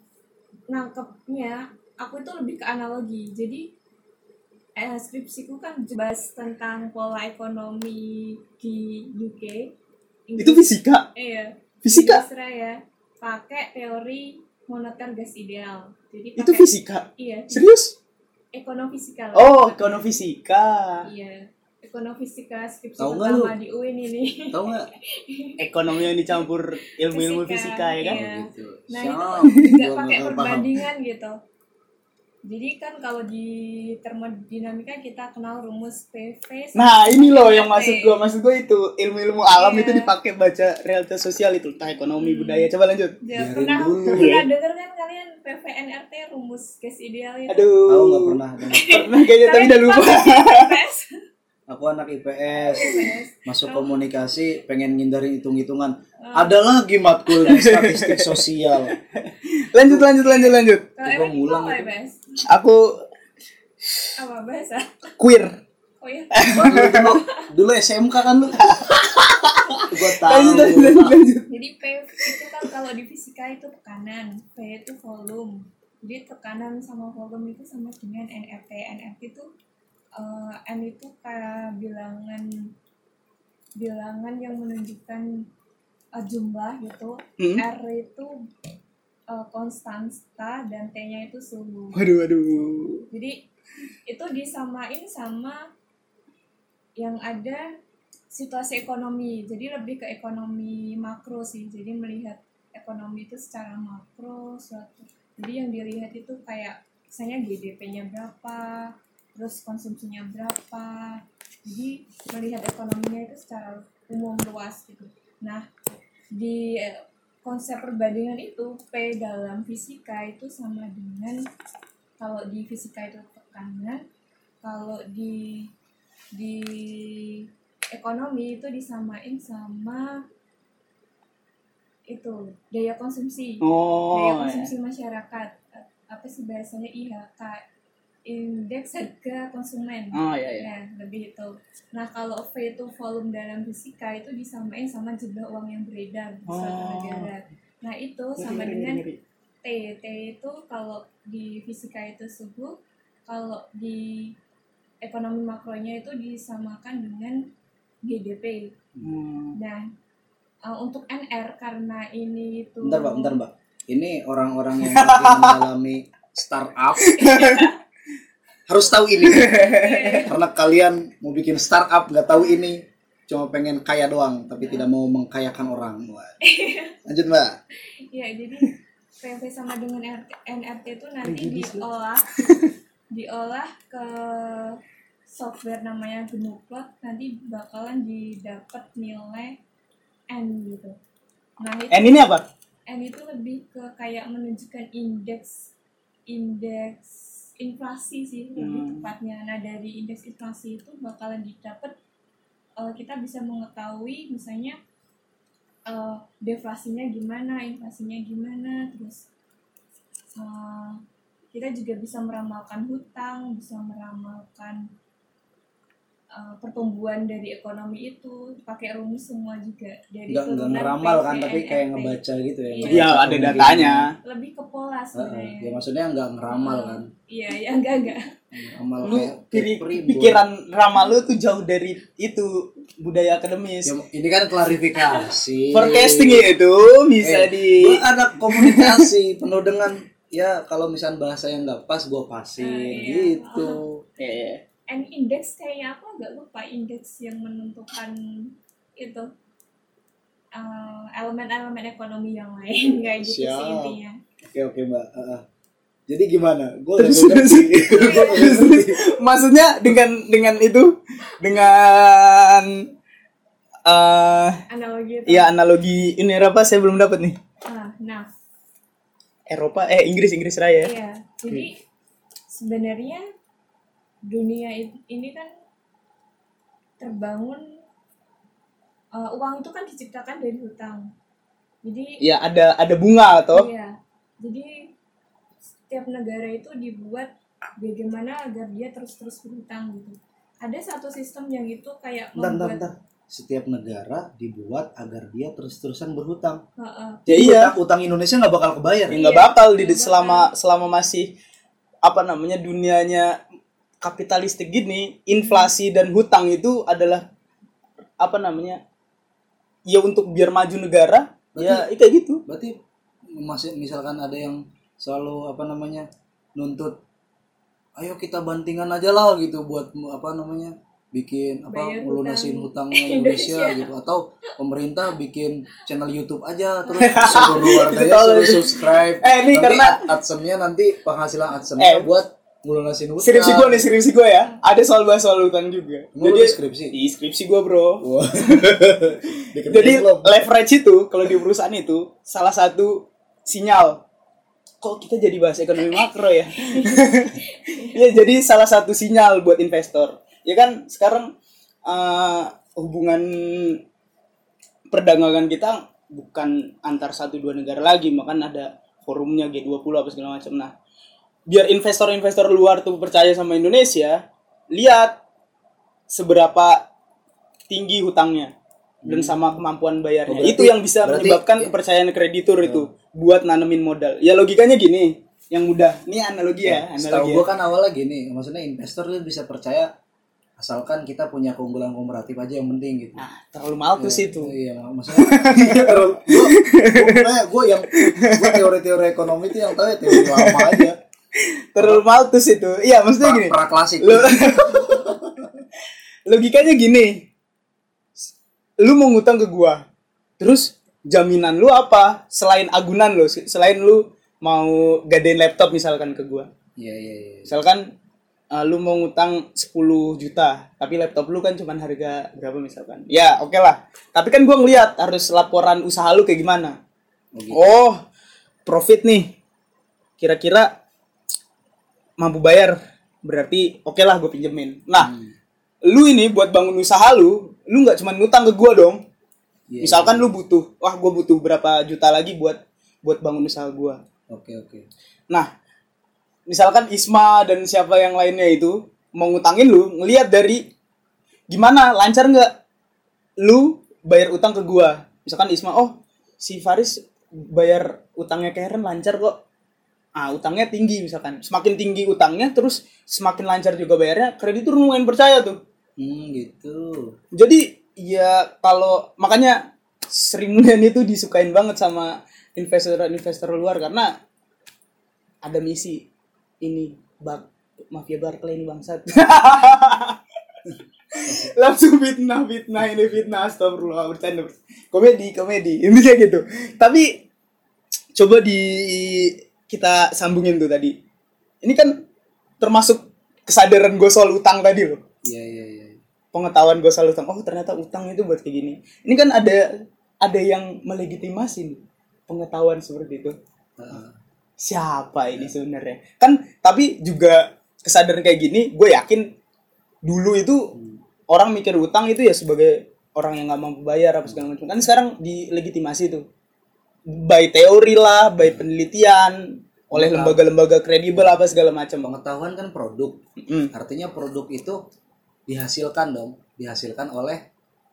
nangkepnya aku itu lebih ke analogi. Jadi eh, skripsiku kan bahas tentang pola ekonomi di U K. Itu fisika. Iya. Fisika. Inggris Raya pakai teori moneter gas ideal. Jadi Itu pakai fisika. iya, Serius? ekonomisika. Oh, ekonomifisika. Iya. Ekonomifisika skripsi Tahu nggak pertama lu? di U I N ini. Tahu nggak? Ekonomi yang dicampur ilmu-ilmu fisika, ya kan? Iya. Gitu. Nah Siap. itu juga Gua pakai nggak paham. perbandingan gitu. Jadi kan kalau di termodinamika kita kenal rumus P V. Nah, ini loh yang P V. maksud gua, maksud gua itu ilmu-ilmu alam Iya. itu dipakai baca realitas sosial itu, entah ekonomi, budaya. Coba lanjut. Ya, Biarin pernah dulu. pernah denger kan kalian P V N R T rumus gas ideal itu? Aduh. Tahu nggak pernah? Pernah kayaknya tapi Kalian udah lupa. P V S. Aku anak I P S, P V S. masuk komunikasi, pengen ngindarin hitung-hitungan. Oh. Ada lagi matkul di statistik sosial. Lanjut lanjut lanjut lanjut. Kalau Gua emang ngulang apa itu. P V S? Aku Apa bahasa? queer. Oh ya. dulu, dulu, dulu S M K kan lu. Gua tahu. Lanjut lanjut lanjut. lanjut. Jadi P itu kan kalau di fisika itu tekanan, V itu volume. Jadi tekanan sama volume itu sama dengan N R T. N R T itu eh, N itu kayak bilangan bilangan yang menunjukkan eh, jumlah gitu. Hmm. R itu eh, konstanta dan T-nya itu suhu. Waduh waduh. Jadi itu disamain sama yang ada situasi ekonomi. Jadi lebih ke ekonomi makro sih. Jadi melihat ekonomi itu secara makro suatu. Jadi yang dilihat itu kayak misalnya G D P-nya berapa, terus konsumsinya berapa. Jadi melihat ekonominya itu secara umum luas gitu. Nah, di konsep perbandingan itu P dalam fisika itu sama dengan, kalau di fisika itu tekanan, kalau di di ekonomi itu disamain sama itu daya konsumsi. Oh, daya konsumsi ya. Masyarakat, apa sih bahasanya, I H K, indeks harga konsumen. Oh iya iya. Ya, lebih itu. Nah, kalau V itu volume dalam fisika itu disamain sama jumlah uang yang beredar di suatu Oh. negara. Nah, itu sama Ngeri, dengan ngeri, ngeri. T. T itu kalau di fisika itu suhu, kalau di ekonomi makronya itu disamakan dengan G D P. Hmm. Nah, uh, untuk N R karena ini itu Bentar mbak, bentar mbak. Ini orang-orang yang lagi mengalami startup harus tahu ini. Karena kalian mau bikin startup nggak tahu ini, cuma pengen kaya doang, tapi tidak mau mengkayakan orang. Lanjut mbak. Ya, jadi P V sama dengan N R T itu nanti diolah diolah ke software namanya G N U Plot, nanti bakalan didapat nilai N gitu. Nah, itu N ini apa? N itu lebih ke kayak menunjukkan indeks indeks inflasi sih lebih Hmm. tepatnya. Nah, dari indeks inflasi itu bakalan didapat, uh, kita bisa mengetahui misalnya uh, deflasinya gimana, inflasinya gimana, terus uh, kita juga bisa meramalkan hutang, bisa meramalkan uh, pertumbuhan dari ekonomi itu, pakai rumus semua juga dari Nggak nggak turunan ngeramal kan, P V, tapi N kayak R T. ngebaca gitu ya. Iya. Ngebaca Iya, ada kemungkinan. datanya. Lebih ke pola Heeh, sebenarnya. ya maksudnya nggak ngeramal kan. Iya, ya enggak enggak. Ngeramal Lu kayak piri- primbon. pikiran ramal lu tuh jauh dari itu budaya akademis. Ya, ini kan klarifikasi. Forecasting ya itu bisa Eh, di gua ada komunikasi penuh dengan ya kalau misalnya bahasa yang nggak pas gue pasin Ah, iya. gitu. eh And index kayaknya aku agak lupa indeks yang menentukan itu uh, elemen-elemen ekonomi yang lain kayak gitu sih Siap. intinya. Oke oke mbak. Uh, jadi gimana? Gue Terus, nggak terus. ngerti. Gua nggak Terus, ngerti. maksudnya dengan dengan itu dengan eh Analogi itu. ya analogi ini apa saya belum dapat nih. Ah, nah, Eropa eh Inggris Inggris Raya. iya. Jadi sebenarnya dunia i- ini kan terbangun, uh, uang itu kan diciptakan dari hutang. Jadi Ya ada ada bunga atau iya. Jadi setiap negara itu dibuat bagaimana agar dia terus-terus berhutang gitu. Ada satu sistem yang itu kayak Bentar, bentar, membuat bentar. Setiap negara dibuat agar dia terus-terusan berhutang. Heeh. ya Jadi iya utang, utang Indonesia nggak bakal kebayar. ya nggak Iya, bakal di nggak selama selama masih apa namanya dunianya kapitalistik gini, inflasi dan hutang itu adalah apa namanya ya untuk biar maju negara ya kayak gitu. Berarti masih misalkan ada yang selalu apa namanya nuntut, ayo kita bantingan aja lah gitu buat apa namanya bikin apa Bayar melunasin hutang hutangnya Indonesia Indonesia. gitu, atau pemerintah bikin channel YouTube aja terus suruh warganya Itu tahu suruh itu. subscribe. Eh, ini nanti karena- ad- adsense-nya nanti penghasilan adsense-nya Eh, buat melunasin hutang. Skripsi gue nih, skripsi gue ya. Ada soal bahas soal hutang juga. Emang lu Jadi ada skripsi? Di skripsi gue bro. Wah. Dikerjain Jadi belum? leverage itu kalau di perusahaan itu salah satu sinyal. Kok kita jadi bahas ekonomi makro ya? Ya jadi salah satu sinyal buat investor. Ya kan sekarang eh, hubungan perdagangan kita bukan antar satu dua negara lagi, makanya ada forumnya G dua puluh apa segala macam. Nah, biar investor-investor luar tuh percaya sama Indonesia, lihat seberapa tinggi hutangnya dan sama kemampuan bayarnya. Oh, berarti- itu yang bisa berarti- menyebabkan kepercayaan kreditur itu buat nanemin modal. Ya logikanya gini, yang mudah. Ini analogi ya, Setahu analogi. gue Ya. kan awalnya gini, maksudnya investor dia bisa percaya asalkan kita punya keunggulan komparatif aja yang penting gitu. Nah, terlalu maltus itu. Iya, maksudnya gue gue yang gue teori-teori ekonomi itu yang tahu ya teori lama aja. Terlalu maltus itu. Iya, maksudnya Pra, gini. pra klasik. Lo- Logikanya gini. Lu mau ngutang ke gua. Terus jaminan lu apa selain agunan lu, selain lu mau gadein laptop misalkan ke gua. Iya iya iya. Misalkan uh, lu mau ngutang sepuluh juta, tapi laptop lu kan cuma harga berapa misalkan. Ya, oke okay lah. Tapi kan gua ngeliat harus laporan usaha lu kayak gimana. Oh, gitu. Oh, profit nih. Kira-kira mampu bayar. Berarti oke okay lah gue pinjemin. Nah, hmm. lu ini buat bangun usaha lu, lu nggak cuma ngutang ke gue dong. Yeah, misalkan yeah. lu butuh, wah gue butuh berapa juta lagi buat buat bangun usaha gue. Oke okay, oke. Okay. Nah, misalkan Isma dan siapa yang lainnya itu mau ngutangin lu, ngelihat dari gimana lancar nggak lu bayar utang ke gue. Misalkan Isma, oh si Faris bayar utangnya ke Heren lancar kok. Ah, utangnya tinggi misalkan. Semakin tinggi utangnya terus semakin lancar juga bayarnya, kreditur lumayan percaya tuh. Hmm, gitu. Jadi ya kalau makanya Sri Mulyani itu disukain banget sama investor-investor luar karena ada misi ini bak mafia Barclay ini bangsat. Langsung fitnah fitnah ini fitnah astagfirullah bercanda komedi komedi intinya gitu. Tapi coba di kita sambungin tuh tadi. Ini kan termasuk kesadaran gue soal utang tadi loh. Iya iya iya. Pengetahuan gue soal utang. Oh ternyata utang itu buat kayak gini. Ini kan ada ada yang melegitimasi nih pengetahuan seperti itu. Uh. Siapa ini sebenarnya? Kan tapi juga kesadaran kayak gini, gue yakin dulu itu hmm. orang mikir utang itu ya sebagai orang yang nggak mampu bayar apa segala macam. Kan sekarang dilegitimasi tuh. By teori lah, by penelitian, oleh lembaga-lembaga kredibel apa segala macam. Pengetahuan kan produk, mm. artinya produk itu dihasilkan dong, dihasilkan oleh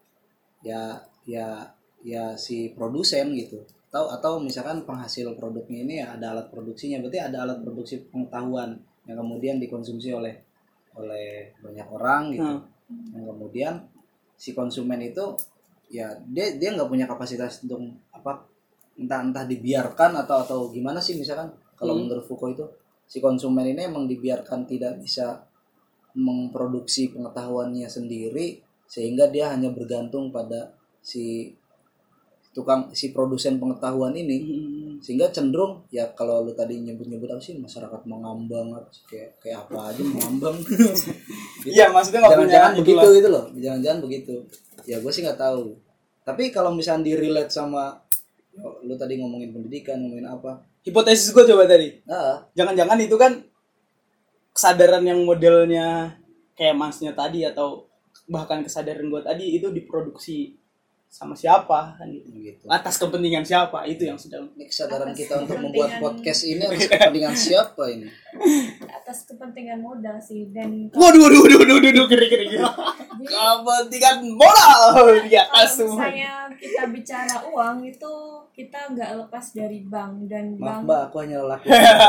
ya ya ya si produsen gitu. Atau atau misalkan penghasil produknya ini ya ada alat produksinya, berarti ada alat produksi pengetahuan yang kemudian dikonsumsi oleh oleh banyak orang gitu. Hmm. Yang kemudian si konsumen itu ya dia dia nggak punya kapasitas untuk apa entah-entah dibiarkan atau atau gimana sih misalkan kalau hmm. menurut Foucault itu si konsumen ini emang dibiarkan tidak bisa memproduksi pengetahuannya sendiri sehingga dia hanya bergantung pada si tukang si produsen pengetahuan ini hmm. sehingga cenderung ya kalau lu tadi nyebut-nyebut apa sih masyarakat mengambang apa sih kayak kayak apa aja mengambang gitu. Iya maksudnya nggak punya jangan begitu itu loh jangan-jangan begitu ya gue sih nggak tahu tapi kalau misalnya di relate sama oh, lu tadi ngomongin pendidikan, ngomongin apa? Hipotesis gue coba tadi. Ah. Jangan-jangan itu kan kesadaran yang modelnya kayak masnya tadi atau bahkan kesadaran gue tadi itu diproduksi sama siapa kan gitu. gitu. Atas kepentingan siapa itu yang sedang. Ini kesadaran atas kita untuk membuat podcast ini atas kepentingan siapa ini? Atas kepentingan modal sih dan. Waduh, waduh, waduh, waduh, waduh, kiri-kiri. Kepentingan modal ya kalau misalnya kita bicara uang itu kita nggak lepas dari bank dan Maaf, bank. Mbak, aku hanya lelaki.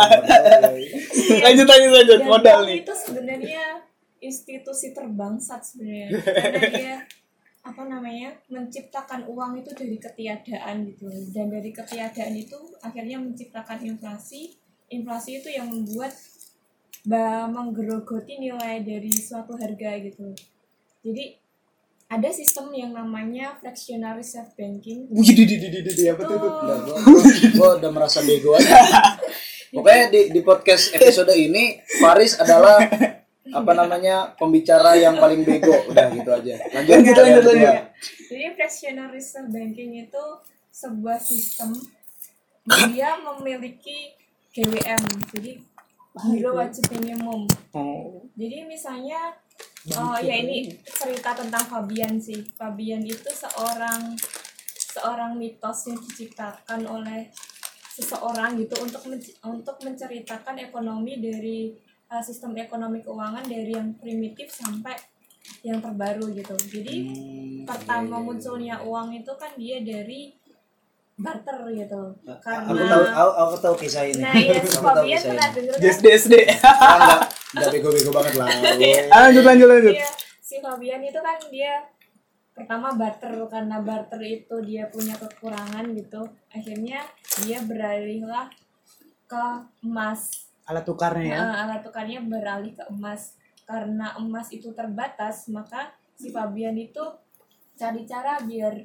lanjut, lanjut, lanjut. Modal nih. Itu sebenarnya institusi terbangsat sebenarnya karena dia apa namanya menciptakan uang itu dari ketiadaan gitu dan dari ketiadaan itu akhirnya menciptakan inflasi inflasi itu yang membuat bah, menggerogoti nilai dari suatu harga gitu jadi ada sistem yang namanya fractional reserve banking. Wih, di di di di di apa tuh? Gue udah merasa bego aja. Pokoknya di di podcast episode ini Faris adalah apa namanya pembicara yang paling bego udah gitu aja lanjut lanjut lanjut lanjut. Jadi fractional reserve banking itu sebuah sistem dia memiliki G W M jadi giro wajib minimum. Oh. Jadi misalnya oh ya ini cerita tentang Fabian sih. Fabian itu seorang seorang mitos yang diciptakan oleh seseorang gitu untuk men- untuk menceritakan ekonomi dari uh, sistem ekonomi keuangan dari yang primitif sampai yang terbaru gitu. Jadi hmm, pertama iya, iya. munculnya uang itu kan dia dari barter gitu. Karena aku tahu aku, aku tahu kisah ini. Nah, iya, Fabian pernah dengar kan? S D S D. Enggak enggak bego-bego banget lah. Lanjut lanjut lanjut. Iya, si Fabian itu kan dia pertama barter karena barter itu dia punya kekurangan gitu. Akhirnya dia beralihlah ke emas. Alat tukarnya ya. Nah, alat tukarnya beralih ke emas. Karena emas itu terbatas, maka si Fabian itu cari cara biar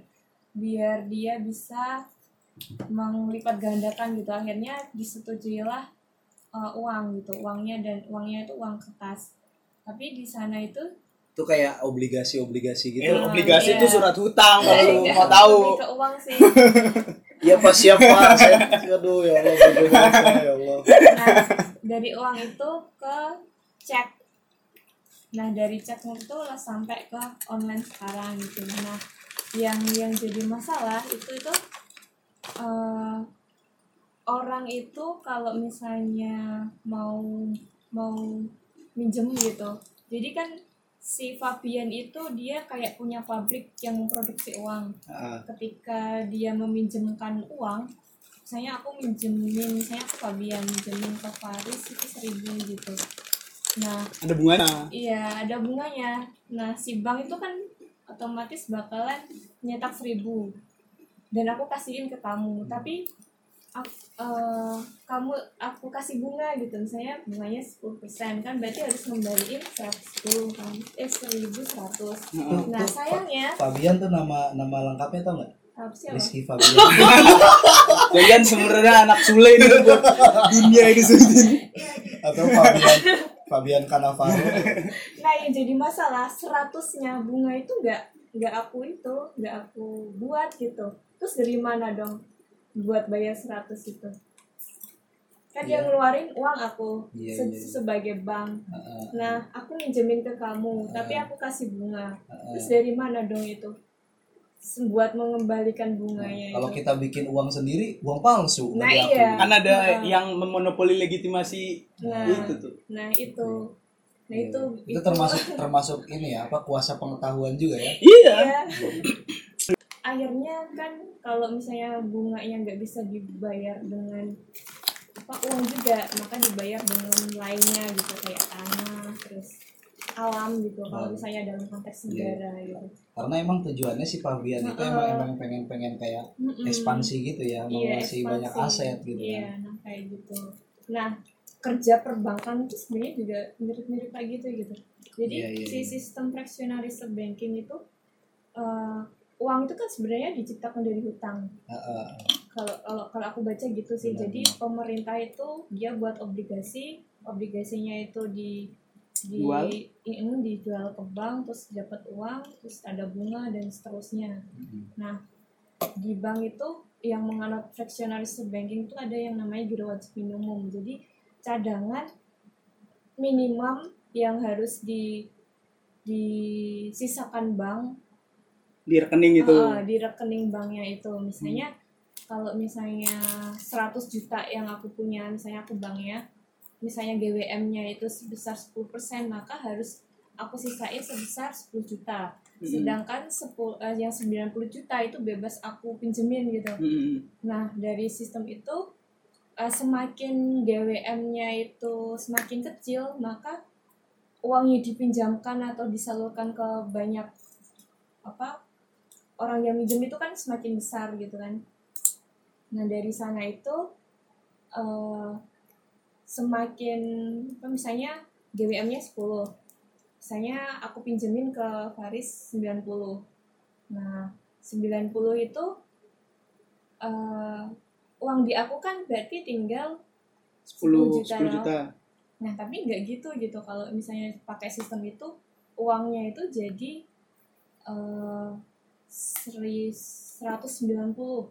biar dia bisa melipat gandakan gitu. Akhirnya disetujuilah uh, uang gitu, uangnya dan uangnya itu uang kertas. Tapi di sana itu Itu kayak obligasi-obligasi gitu. Eh, Ah, obligasi iya. itu surat hutang kalau lu Enggak, mau tahu. lebih ke uang sih. Iya Pak, siapa? Saya aduh ya Allah, bodoh banget saya, ya Allah. Nah, dari uang itu ke cek. Nah, dari ceknya itu lah sampai ke online sekarang gitu. Nah, yang yang jadi masalah itu itu eh, orang itu kalau misalnya mau mau minjem gitu. Jadi kan si Fabian itu dia kayak punya pabrik yang memproduksi uang. Ah, Ketika dia meminjamkan uang, misalnya aku minjemin, misalnya aku Fabian minjemin ke Faris itu seribu gitu. Nah, Ada bunganya. iya ada bunganya. Nah, si bank itu kan otomatis bakalan nyetak seribu dan aku kasihin ke kamu. Tapi aku, eh, kamu aku kasih bunga gitu, misalnya bunganya sepuluh persen kan berarti harus ngembaliin seratus sepuluh kan, eh seribu seratus. Heeh. Nah sayangnya Fabian tuh nama nama lengkapnya tau nggak? apa sih apa? Rizky Fabian. Jangan sebenarnya anak Sule ini buat dunia ini sebutin. Atau Fabian Fabian Cannavaro. Nah yang jadi masalah seratusnya bunga itu nggak nggak aku itu nggak aku buat gitu. Terus dari mana dong buat bayar seratus itu? Kan dia Iya. ngeluarin uang aku Iya, se- iya, iya. sebagai bank. Heeh, Nah aku minjemin ke kamu tapi Ah. aku kasih bunga. heeh. Terus dari mana dong itu Se- buat mengembalikan bunganya Kalau itu? kita bikin uang sendiri, uang palsu. Nah, nggak diakui. iya. Kan ada Heeh. yang memonopoli legitimasi Nah, itu tuh. nah itu, nah Iya. itu, itu termasuk termasuk ini ya, apa kuasa pengetahuan juga ya. Iya. ya. Akhirnya kan kalau misalnya bunganya nggak bisa dibayar dengan apa uang juga, maka dibayar dengan lainnya gitu kayak tanah, terus alam gitu. Kalau Oh. misalnya dalam konteks Iya. negara gitu. Karena emang tujuannya si Fabian itu Heeh. emang emang pengen pengen kayak Mm-mm. ekspansi gitu ya, Iya, menguasai ekspansi. banyak aset gitu Iya, kan. nah kayak gitu. Nah, kerja perbankan itu sebenarnya juga mirip-mirip kayak gitu gitu. Jadi Iya, iya, si iya. sistem fractionalism banking itu eh, uang itu kan sebenarnya diciptakan dari hutang. Heeh. Kalau kalau kalau aku baca gitu sih. Benar, Jadi benar. pemerintah itu dia buat obligasi, obligasinya itu di di Jual. in- dijual ke bank, terus dapat uang, terus ada bunga dan seterusnya. Mm-mm. Nah, di bank itu yang menganut fractionalism banking itu ada yang namanya giro wajib minimum. Jadi cadangan minimum yang harus di disisakan bank Di rekening itu. eh, di rekening banknya itu. Misalnya kalau misalnya seratus juta yang aku punya, misalnya aku banknya, misalnya G W M-nya itu sebesar sepuluh persen, maka harus aku sisain sebesar sepuluh juta. Mm-mm. Sedangkan sepuluh eh, yang sembilan puluh juta itu bebas aku pinjemin gitu. Mm-mm. Nah, dari sistem itu eh, semakin G W M-nya itu semakin kecil, maka uang yang dipinjamkan atau disalurkan ke banyak apa orang yang minjem itu kan semakin besar gitu kan. Nah, dari sana itu eh, semakin apa, misalnya G W M-nya sepuluh. Misalnya aku pinjemin ke Faris sembilan puluh. Nah, sembilan puluh itu eh, uang di aku kan berarti tinggal sepuluh juta. sepuluh juta. Nah, tapi nggak gitu gitu. Kalau misalnya pakai sistem itu, uangnya itu jadi eh, seri- seratus sembilan puluh.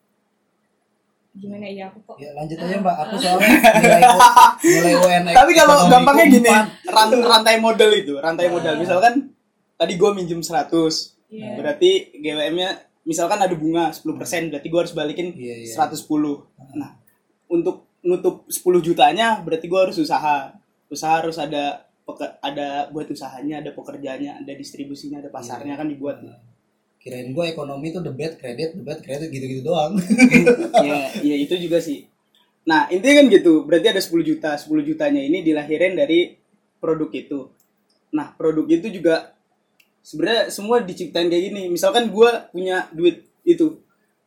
Gimana ya aku kok? Ya lanjut aja Mbak, aku soalnya nilai nilai U N. Tapi kalau ekonomiku gampangnya gini, empat. ran- rantai modal itu, rantai Ah. modal. Misalkan tadi gue minjem seratus, Iya. berarti G W M-nya misalkan ada bunga sepuluh persen, berarti gue harus balikin Iya, iya. seratus sepuluh. Nah, untuk nutup sepuluh jutanya berarti gue harus usaha. Usaha harus ada peke- ada buat usahanya, ada pekerjaannya, ada distribusinya, ada pasarnya kan dibuat. Kirain gue ekonomi itu debit kredit, debit kredit gitu-gitu doang. Ya, ya itu juga sih. Nah, intinya kan gitu. Berarti ada sepuluh juta. sepuluh jutanya ini dilahirin dari produk itu. Nah, produk itu juga sebenarnya semua diciptain kayak gini. Misalkan gue punya duit itu.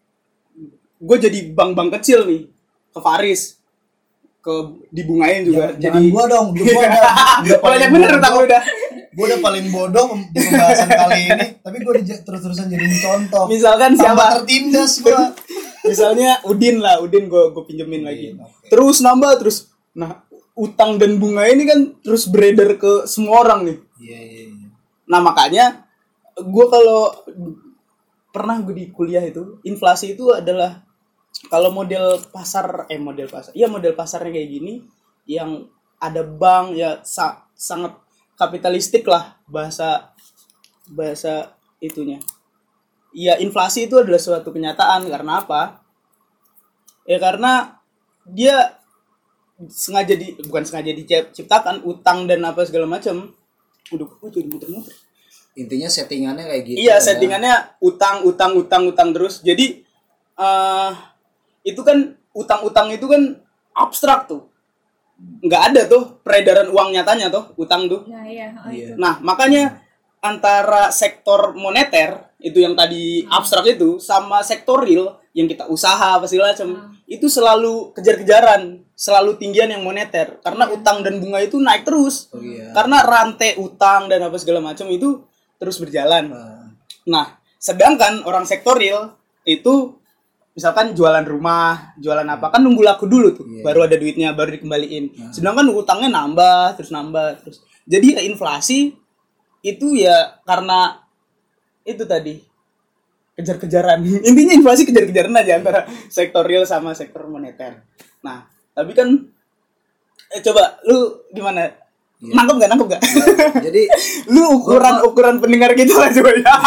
Gue jadi bank-bank kecil nih. Ke Faris. Ke dibungain juga. Jangan, jangan jadi gua dong, gua udah, udah paling banyak bener utang lu bodoh. udah. gue udah paling bodoh di pembahasan kali ini, tapi gue terus-terusan jadi contoh. Misalkan tambah siapa? tertindas gue. Misalnya Udin lah, Udin gue gue pinjemin lagi. Okay. Terus nambah terus. Nah, utang dan bunga ini kan terus beredar ke semua orang nih. Iya iya iya. Nah, makanya gue kalau pernah gue di kuliah itu, inflasi itu adalah kalau model pasar eh model pasar. Iya, model pasarnya kayak gini yang ada bank ya sa- sangat kapitalistik lah bahasa bahasa itunya. Ya inflasi itu adalah suatu kenyataan karena apa? Ya karena dia sengaja di bukan sengaja diciptakan utang dan apa segala macam. Udah gue jadi muter-muter. Intinya settingannya kayak gitu. Iya, ya. settingannya utang utang utang utang terus. Jadi uh, itu kan utang-utang itu kan abstrak tuh. Nggak ada tuh peredaran uang nyatanya tuh utang tuh. Nah iya, oh Iya. itu. Nah makanya antara sektor moneter itu yang tadi abstrak itu sama sektor real yang kita usaha apa segala macam Hmm. itu selalu kejar-kejaran, selalu tinggian yang moneter karena utang dan bunga itu naik terus. Oh, iya. Karena rantai utang dan apa segala macam itu terus berjalan. Nah, Nah, sedangkan orang sektor real itu misalkan jualan rumah, jualan apa kan nunggu laku dulu tuh, Iya. baru ada duitnya, baru dikembaliin. Nah. Sedangkan utangnya nambah, terus nambah, terus. Jadi ya inflasi itu ya karena itu tadi kejar-kejaran. Intinya inflasi kejar-kejaran aja antara sektor real sama sektor moneter. Nah, tapi kan eh coba lu gimana? Iya. Nangkep gak? Nangkep gak? jadi Lu ukuran ukuran pendengar kita lah coba ya.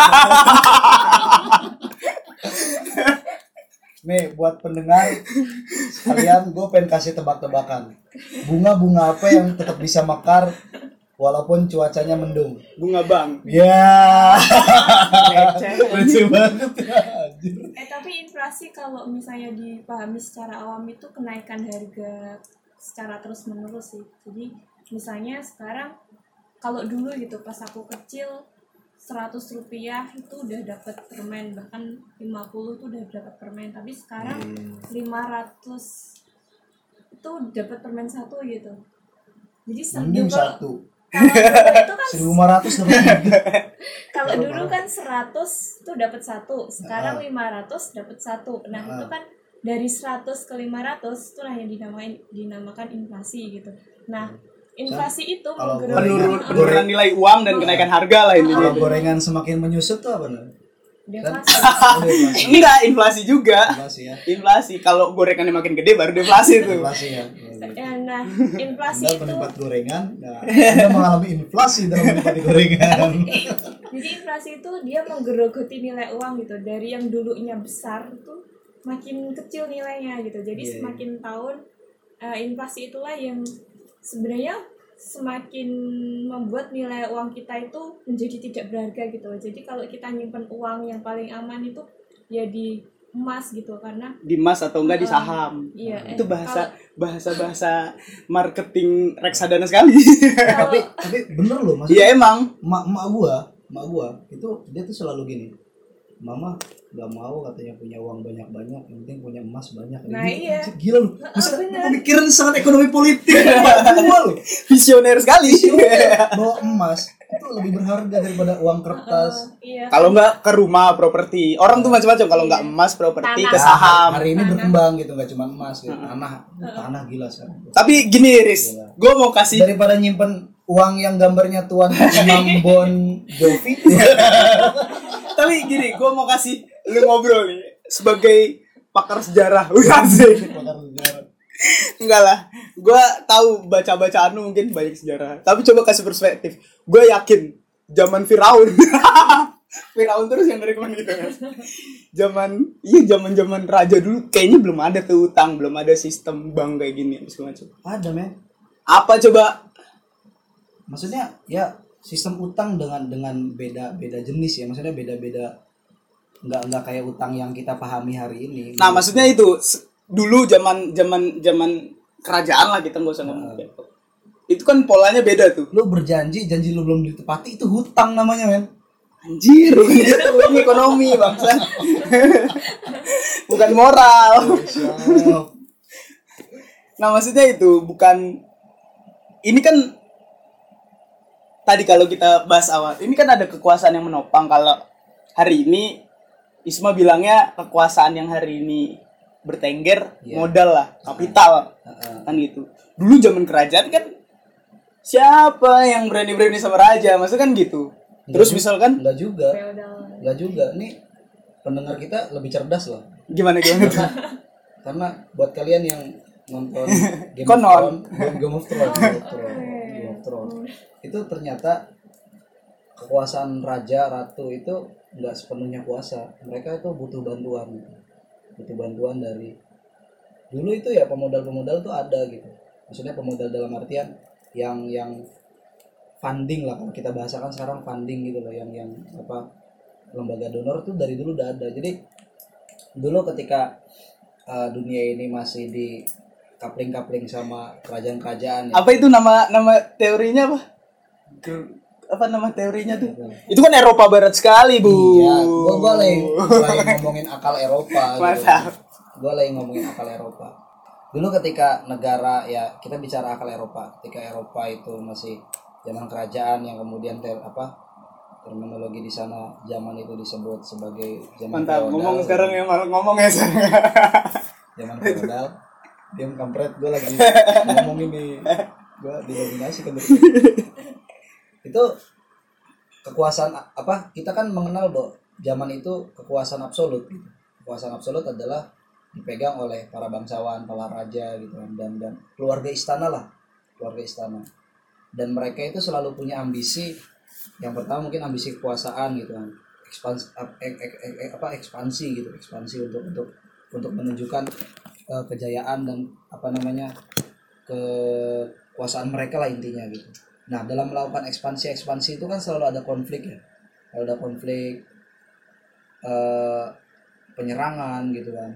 nih buat pendengar sekalian, gue pengen kasih tebak-tebakan. Bunga-bunga apa yang tetap bisa mekar walaupun cuacanya mendung? Bunga bang. Ya. Receh. Lucu banget ya. Anjir. Eh tapi inflasi kalau misalnya dipahami secara awam itu kenaikan harga secara terus menerus sih. Jadi misalnya sekarang kalau dulu gitu pas aku kecil seratus rupiah itu udah dapat permen, bahkan lima puluh tuh udah dapat permen, tapi sekarang lima ratus itu dapat permen satu gitu. Jadi Mending dulu kalau satu. kalau dulu itu kan seribu lima ratus dapat tiga. kalau dulu kan seratus tuh dapat satu, sekarang Ah. lima ratus dapat satu. Nah, Ah. itu kan dari seratus ke lima ratus itulah yang dinamain dinamakan inflasi gitu. Nah, inflasi itu kalau menggerak Penurun, Gorengan. penurunan nilai uang dan kenaikan harga lah intinya. Kalau gorengan semakin menyusut tuh apa nih? deflasi. Oh, deflasi. Enggak, inflasi juga. Deflasi ya. Inflasi. Kalau gorengannya makin gede baru deflasi tuh. Deflasi ya. Ya, nah, inflasi Anda itu penikmat gorengan, nah, Anda mengalami inflasi dalam menikmati gorengan. jadi inflasi itu dia menggerogoti nilai uang gitu. Dari yang dulunya besar tuh makin kecil nilainya gitu. Jadi Iya, iya. semakin tahun eh, inflasi itulah yang sebenarnya semakin membuat nilai uang kita itu menjadi tidak berharga gitu. Jadi kalau kita nyimpen uang yang paling aman itu ya di emas gitu, karena Di emas atau enggak di Uh, saham. iya, eh, Itu bahasa kalau- bahasa-bahasa marketing reksadana sekali. tapi tapi bener loh maksudnya. Iya emang. Mak mak gua, mak gua itu dia tuh selalu gini. Mama nggak mau katanya punya uang banyak-banyak, yang penting punya emas banyak. Nah, Gila, iya. anjir, gila lu. Masa bener. pemikiran sangat ekonomi politik. Mak gua loh. Visioner sekali. Bahwa emas itu lebih berharga daripada uang kertas. Eh, iya. Kalau enggak ke rumah properti. Orang tuh macam-macam. Kalau enggak emas properti Tanah. ke saham. Hari ini Tanah. berkembang gitu, nggak cuma emas gitu. Tanah, tanah gila sekarang. Tapi gini Riz, gue mau kasih Daripada nyimpen uang yang gambarnya Tuan Imam Bon Jovi. Tapi gini, gue mau kasih lu ngobrol nih sebagai pakar sejarah. Udah sih. Enggak lah. Gue tahu baca-bacaan lu mungkin banyak sejarah. Tapi coba kasih perspektif. Gue yakin zaman Firaun. Firaun terus yang dari kemana gitu kan. Zaman iya zaman-zaman raja dulu kayaknya belum ada tuh utang, belum ada sistem bank kayak gini segala macam. Ada men. Apa coba? Maksudnya ya sistem utang dengan dengan beda beda jenis ya. Maksudnya beda-beda. Nggak nggak kayak utang yang kita pahami hari ini. Nah, maksudnya itu se- dulu zaman zaman zaman kerajaan lah kita nggak usah ngomong kayak gitu. Itu kan polanya beda tuh. Lu berjanji, janji lu belum ditepati, itu hutang namanya men. Anjir, itu ini ekonomi bangsa. Bukan moral. Siap. Nah, maksudnya itu bukan ini kan tadi kalau kita bahas awal, ini kan ada kekuasaan yang menopang. Kalau hari ini Isma bilangnya kekuasaan yang hari ini bertengger, yeah. modal lah, kapital, uh-uh. kan gitu. Dulu zaman kerajaan kan siapa yang berani-berani sama raja, maksudnya kan gitu. Terus enggak, misalkan enggak juga, enggak juga. Nih pendengar kita lebih cerdas loh. Gimana gimana? Karena, karena buat kalian yang nonton Game of Thrones, Game of Thrones, Game of Thrones, Game of Thrones, itu ternyata kekuasaan raja ratu itu nggak sepenuhnya kuasa. Mereka itu butuh bantuan, butuh bantuan dari dulu itu ya pemodal-pemodal tuh ada gitu. Maksudnya pemodal dalam artian yang yang funding lah, kalau kita bahasakan sekarang funding gitu loh, yang yang apa lembaga donor tuh dari dulu udah ada. Jadi dulu ketika uh, dunia ini masih di kapling-kapling sama kerajaan-kerajaan. Apa ya. Itu nama nama teorinya apa? Apa nama teorinya tuh? Ya. Itu kan Eropa Barat sekali, Bu. Iya, gua gua lagi, lagi ngomongin akal Eropa. Mantap. Gitu. Gua lagi ngomongin akal Eropa. Dulu ketika negara, ya kita bicara akal Eropa, ketika Eropa itu masih zaman kerajaan yang kemudian ter, apa terminologi di sana zaman itu disebut sebagai zaman Mantap, feodal. ngomong sekarang ya, ngomong ya sekarang. Zaman feodal. Diam kampret, gue lagi ngomongin nih, gue didominasi kan. Itu kekuasaan apa? Kita kan mengenal bahwa zaman itu kekuasaan absolut gitu. Kekuasaan absolut adalah dipegang oleh para bangsawan, para raja gitu kan, dan dan keluarga istana lah, keluarga istana. Dan mereka itu selalu punya ambisi. Yang pertama mungkin ambisi kekuasaan gitu kan, ekspansi apa ekspansi gitu, ekspansi untuk untuk untuk menunjukkan uh, kejayaan dan apa namanya kekuasaan mereka lah intinya gitu. Nah dalam melakukan ekspansi ekspansi itu kan selalu ada konflik ya, selalu ada konflik uh, penyerangan gitu kan,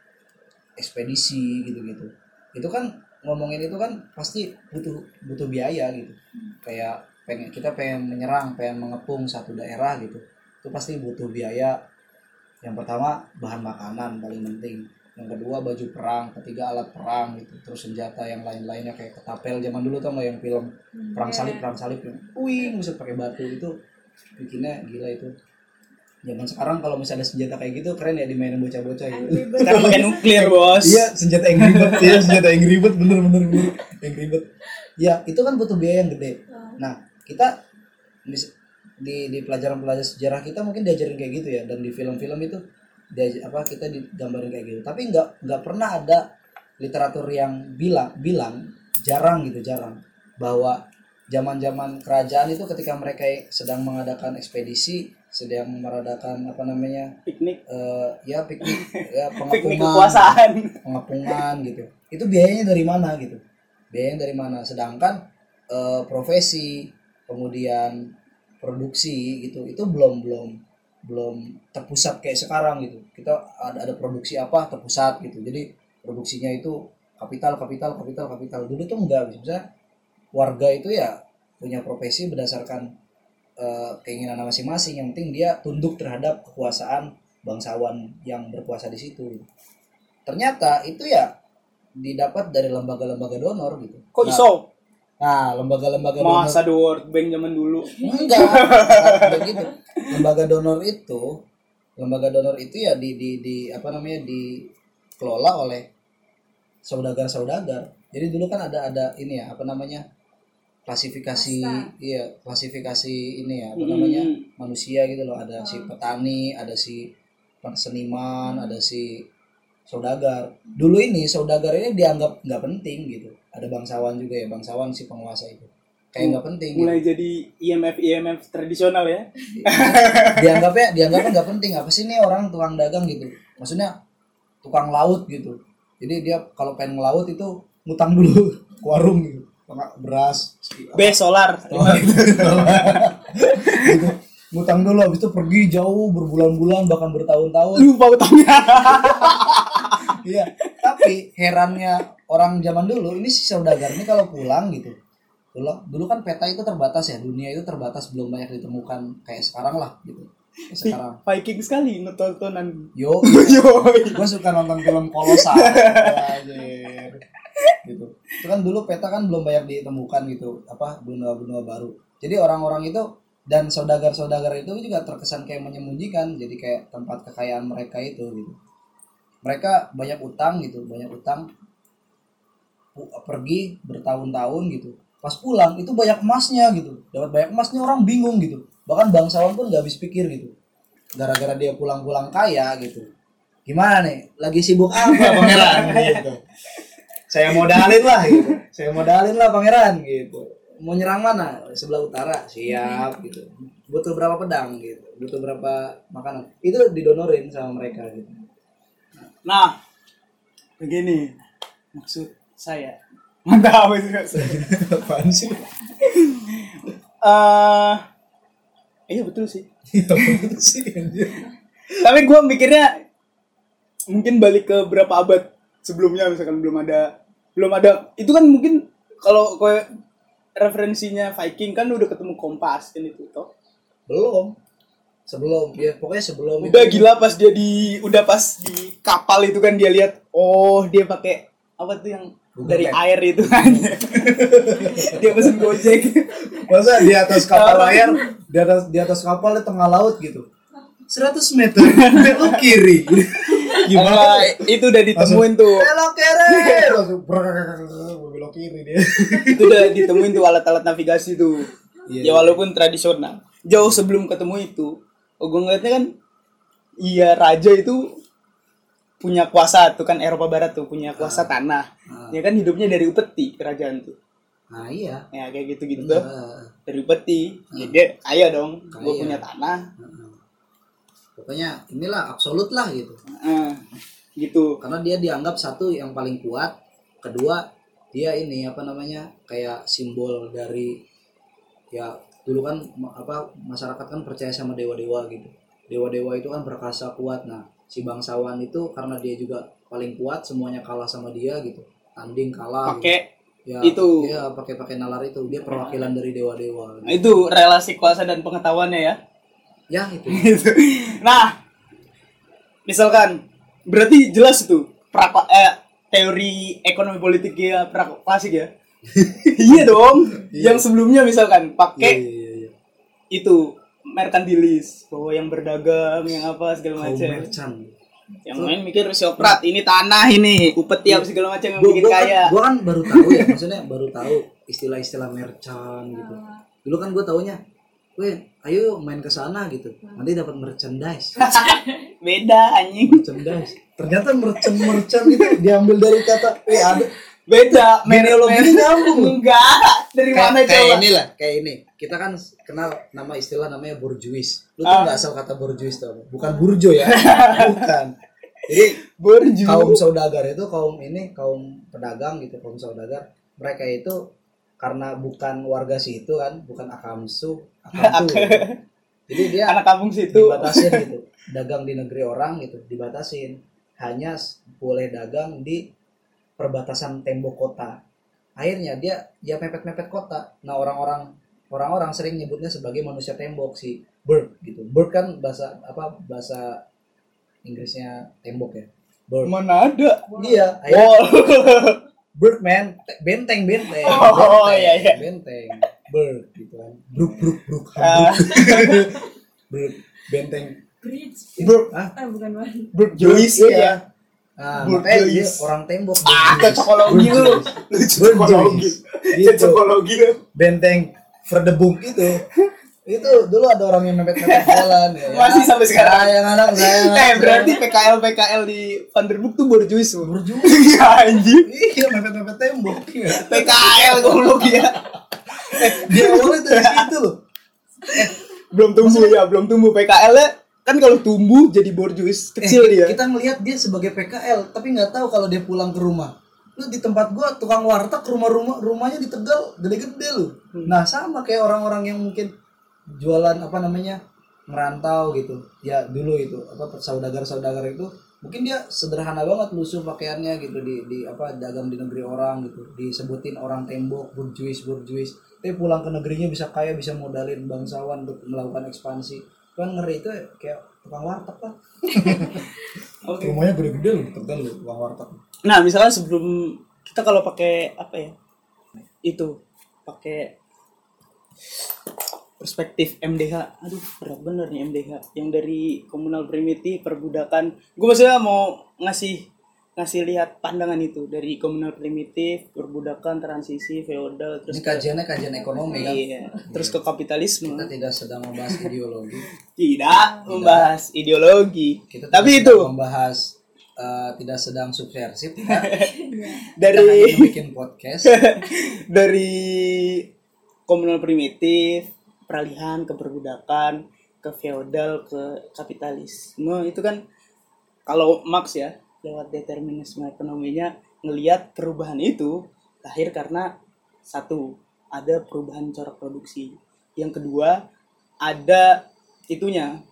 ekspedisi gitu-gitu. Itu kan ngomongin itu kan pasti butuh butuh biaya gitu. Kayak pengen kita pengen menyerang, pengen mengepung satu daerah gitu, itu pasti butuh biaya. Yang pertama bahan makanan paling penting, yang kedua baju perang, ketiga alat perang gitu, terus senjata yang lain-lainnya kayak ketapel zaman dulu tau nggak yang film perang salib perang salib yang wih bisa pakai batu itu bikinnya gila itu. Zaman sekarang kalau misalnya ada senjata kayak gitu keren ya dimainin bocah-bocah gitu. Sekarang pakai nuklir bos. Iya senjata yang ribet, iya senjata yang ribet bener bener bener yang ribet. Ya itu kan butuh biaya yang gede. Nah kita di di, di pelajaran-pelajaran sejarah kita mungkin diajarin kayak gitu ya, dan di film-film itu dia apa kita digambarin kayak gitu. Tapi nggak nggak pernah ada literatur yang bilang bilang jarang gitu jarang bahwa zaman-zaman kerajaan itu ketika mereka sedang mengadakan ekspedisi, sedang mengadakan apa namanya piknik, uh, ya piknik, ya piknik pengepungan, kekuasaan, pengepungan gitu. Itu biayanya dari mana gitu? Biayanya dari mana? Sedangkan uh, profesi, kemudian produksi gitu, itu belum belum belum terpusat kayak sekarang gitu. Kita ada ada produksi apa terpusat gitu. Jadi produksinya itu kapital kapital kapital kapital. Dulu tuh enggak, misalnya warga itu ya punya profesi berdasarkan uh, keinginan masing-masing. Yang penting dia tunduk terhadap kekuasaan bangsawan yang berkuasa di situ. Ternyata itu ya didapat dari lembaga-lembaga donor gitu. Kok nah, iso? Nah, lembaga-lembaga donor. Masa The World Bank zaman dulu? Enggak, enggak begitu. Lembaga donor itu, lembaga donor itu ya di di di apa namanya dikelola oleh saudagar-saudagar. Jadi dulu kan ada ada ini ya, apa namanya? klasifikasi Masa. iya, klasifikasi ini ya, apa namanya? Hmm. manusia gitu loh. Ada oh. si petani, ada si seniman, hmm. ada si saudagar. Dulu ini saudagar ini dianggap nggak penting gitu. Ada bangsawan juga ya, bangsawan si penguasa itu kayak nggak hmm, penting. Mulai gitu. Jadi I M F I M F tradisional ya. dianggapnya dianggapnya nggak penting. Apa sih nih orang tukang dagang gitu? Maksudnya tukang laut gitu. Jadi dia kalau pengen ngelaut itu ngutang dulu ke warung gitu. Beras, B solar. gitu. Ngutang dulu, habis itu pergi jauh berbulan-bulan bahkan bertahun-tahun. Lupa utangnya. Iya, tapi herannya orang zaman dulu ini si saudagar ini kalau pulang gitu. Dulu, dulu kan peta itu terbatas ya, dunia itu terbatas, belum banyak ditemukan kayak sekarang lah gitu. Kayak sekarang. Viking sekali nontonan. Yo, yo, gue suka nonton film kolosal. gitu. Itu kan dulu peta kan belum banyak ditemukan gitu, apa benua-benua baru. Jadi orang-orang itu dan saudagar-saudagar itu juga terkesan kayak menyembunyikan, jadi kayak tempat kekayaan mereka itu gitu. Mereka banyak utang gitu, banyak utang, pergi bertahun-tahun gitu. Pas pulang itu banyak emasnya gitu, dapat banyak emasnya, orang bingung gitu. Bahkan bangsawan pun nggak habis pikir gitu, gara-gara dia pulang-pulang kaya gitu. Gimana nih, lagi sibuk apa pangeran gitu. Saya modalin lah gitu, saya modalin lah pangeran gitu. Mau nyerang mana? Sebelah utara, siap gitu. Butuh berapa pedang gitu, butuh berapa makanan, itu didonorin sama mereka gitu. Nah, begini maksud saya. Mantap itu. Apaan sih? Eh, iya betul sih. Apaan sih? Tapi gue mikirnya mungkin balik ke berapa abad sebelumnya, misalkan belum ada belum ada itu kan mungkin kalau kayak referensinya Viking kan udah ketemu kompas kan itu toh. Belum. Sebelum ya pokoknya sebelum Udah itu, gila pas dia di udah pas di kapal itu kan dia lihat oh dia pakai apa tuh yang Google dari Map. air itu kan. Dia pesen Gojek. masa di atas kapal layar, di atas di atas kapal di tengah laut gitu. seratus meter belok kiri. Gimana? Enggak, itu udah ditemuin tuh. Belok kiri. Langsung belok kiri dia. Itu udah ditemuin tuh alat-alat navigasi tuh. Iya, Ya walaupun tradisional. Jauh sebelum ketemu itu, oh, gue ngeliatnya kan iya raja itu punya kuasa tuh kan, Eropa Barat tuh punya kuasa tanah. Ah. Ya kan hidupnya dari upeti kerajaan tuh. Nah iya. Ya kayak gitu-gitu Bener. tuh. Dari upeti. Ya dia kaya dong. Gue Kaya. punya tanah. Pokoknya inilah absolut lah gitu. Nah, gitu. Karena dia dianggap satu yang paling kuat, kedua dia ini apa namanya kayak simbol dari ya dulu kan ma- apa masyarakat kan percaya sama dewa-dewa gitu. Dewa-dewa itu kan perkasa kuat. Nah, si bangsawan itu karena dia juga paling kuat, semuanya kalah sama dia gitu. Tanding kalah. Pakai gitu. Ya, itu. ya pakai pakai nalar itu. Dia perwakilan dari dewa-dewa. Nah, itu relasi kuasa dan pengetahuannya ya. Ya itu. Gitu. Nah, misalkan berarti jelas itu pra, eh, teori ekonomi politik ya pra klasik ya. Iya dong. Iya. Yang sebelumnya misalkan Iya, pakai iya, iya. itu merkantilis, bahwa yang berdagang, yang apa segala Kaum macam. merchant. Yang main mikir Sokrat, ini tanah ini, upeti apa segala macam yang Gua, bikin gua kan, kaya. gua kan baru tahu ya, maksudnya baru tahu istilah-istilah merchant gitu. Dulu kan gue taunya, weh, ayo main ke sana gitu, nanti dapat merchandise. Beda anjing. Merchandise. Ternyata merchant merchant itu diambil dari kata, eh ada Beda. genealoginya nyambung. Enggak. Dari Kayak, mana kayak coba? inilah, kayak ini. Kita kan kenal nama istilah namanya bourgeois. Lu tau Ah. nggak asal kata bourgeois tau? Bukan burjo ya, bukan. Jadi Borju. kaum saudagar itu kaum ini kaum pedagang gitu, kaum saudagar. Mereka itu karena bukan warga situ kan, bukan akamsu, akamtu. Jadi dia anak kampung situ. dibatasin gitu, dagang di negeri orang gitu, dibatasin. Hanya boleh dagang di perbatasan tembok kota. Akhirnya dia dia mepet-mepet kota. Nah orang-orang orang-orang sering nyebutnya sebagai manusia tembok si Bird gitu. Bird kan bahasa apa bahasa Inggrisnya tembok ya. Bird. Mana ada? Iya. Akhirnya Wall. Birdman, benteng benteng. Oh, benteng, iya, iya. Benteng. Bird gitu kan. Bruk bruk bruk. Ah. Bird benteng. Bridge. Bro, Ah, Ah, bukan one. Bird Joyce Iya. ya. Nah, Bird makanya dia Joyce. orang tembok. Ah, Bird cocokologi Joyce. lu. Bird Cocokologi. Joyce. Gitu. Cocokologi lu. Benteng Verdebung itu. Itu dulu ada orang yang mepet-mepet jalan ya. Masih sampai sekarang. Sayang anak, sayang anak. Eh, berarti P K L P K L di Vanderbook tuh Borjuis semua. Borjuis. Iya anjing. Iya, mepet-mepet tembok. Iya. P K L goblok ya. Dia awalnya dari situ loh. Belum tumbuh ya, belum tumbuh P K L-nya. Kan kalau tumbuh jadi Borjuis kecil Eh, dia. Kita ngelihat dia sebagai P K L, tapi nggak tahu kalau dia pulang ke rumah. Lu di tempat gua tukang warteg, rumah-rumah rumahnya di Tegal gede-gede lu. Nah, sama kayak orang-orang yang mungkin jualan apa namanya? Ngerantau gitu. Ya dulu itu apa saudagar-saudagar itu mungkin dia sederhana banget lusuh pakaiannya gitu di di apa dagang di negeri orang gitu. Disebutin orang tembok, burjuis, burjuis. Tapi pulang ke negerinya bisa kaya, bisa modalin bangsawan untuk melakukan ekspansi. Kan ngeri itu kayak tukang warteg lah. Oke. Rumahnya gede-gede loh, Tegal loh, tukang warteg. Nah, misalnya sebelum kita kalau pakai apa ya itu pakai perspektif M D H, aduh berat bener nih M D H yang dari komunal primitif perbudakan. Gue maksudnya mau ngasih ngasih lihat pandangan itu dari komunal primitif perbudakan transisi feodal terus Ini kajiannya kajian ekonomi kan. iya, terus ke kapitalisme. Kita tidak sedang membahas ideologi. Tidak membahas ideologi. Kita Tapi tidak itu sedang membahas uh, tidak sedang subversif. Kita, dari kita hanya bikin podcast. dari komunal primitif, peralihan ke perbudakan, ke feodal, ke kapitalisme itu kan kalau Marx ya lewat determinisme ekonominya ngelihat perubahan itu lahir karena satu ada perubahan corak produksi, yang kedua ada itunya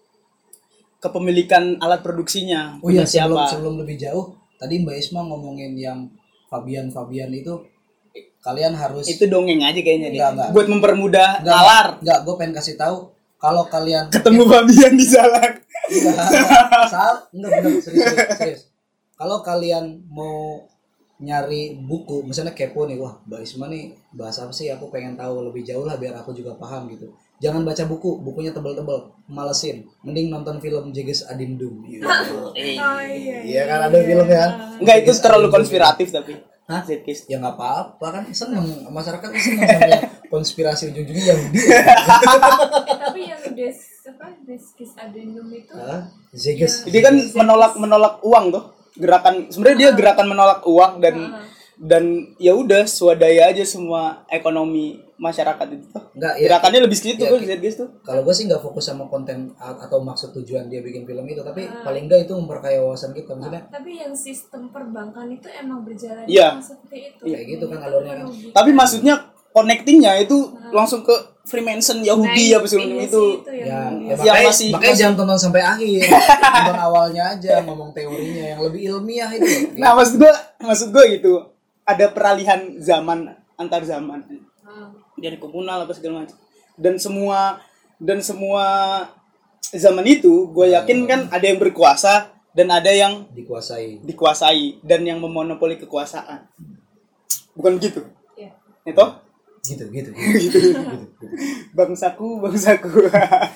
kepemilikan alat produksinya. Oh iya, punya sebelum siapa. sebelum lebih jauh, tadi Mbak Isma ngomongin yang Fabian Fabian itu, kalian harus Itu dongeng aja kayaknya deh. Enggak, enggak. Buat mempermudah Enggak, nalar. Enggak, gue pengen kasih tahu kalau kalian Ketemu Fabian di jalan. enggak, sal, enggak benar serius, serius, serius. Kalau kalian mau nyari buku, misalnya kepo nih, wah Mbak Isma nih bahas apa sih? Aku pengen tahu lebih jauh lah biar aku juga paham gitu. Jangan baca buku, bukunya tebel-tebel, malesin. Mending nonton film Jeges Adindum. Iya. Oh iya. Iya kan ada film ya. Enggak, itu terlalu konspiratif tapi. Hah? Zeitgeist. Ya nggak apa-apa kan, seneng masyarakat seneng sama yang konspirasi ujung-ujungnya Yahudi. Tapi yang des apa deskis adendum itu Hah? Zeges. Dia kan menolak menolak uang tuh. Gerakan sebenarnya dia gerakan menolak uang dan Ah. dan ya udah swadaya aja semua ekonomi masyarakat itu tuh. Enggak ya. Gerakannya lebih segitu Ya, kok ki- Zeitgeist tuh. Kalau gue sih nggak fokus sama konten a- atau maksud tujuan dia bikin film itu, tapi paling nggak itu memperkaya wawasan kita maksudnya. tapi yang sistem perbankan itu emang berjalan Iya. seperti itu. Kayak gitu kan alurnya kan. merugikan. Tapi maksudnya connectingnya itu langsung ke Freemason Yahudi Nah, apa segala iya macam sih, itu. itu Ya, yang ya Yang makanya, masih- makanya masih- jangan tonton sampai akhir. Tonton awalnya aja, ngomong teorinya yang lebih ilmiah itu. Nah, maksud gua maksud gua gitu. Ada peralihan zaman antar zaman. Ah. Dari komunal apa segala macam. Dan semua dan semua zaman itu gue yakin kan ada yang berkuasa dan ada yang Dikuasai. dikuasai dan yang memonopoli kekuasaan. Bukan begitu? Iya. Itu Gitu, gitu. gitu. Bangsaku, bangsaku.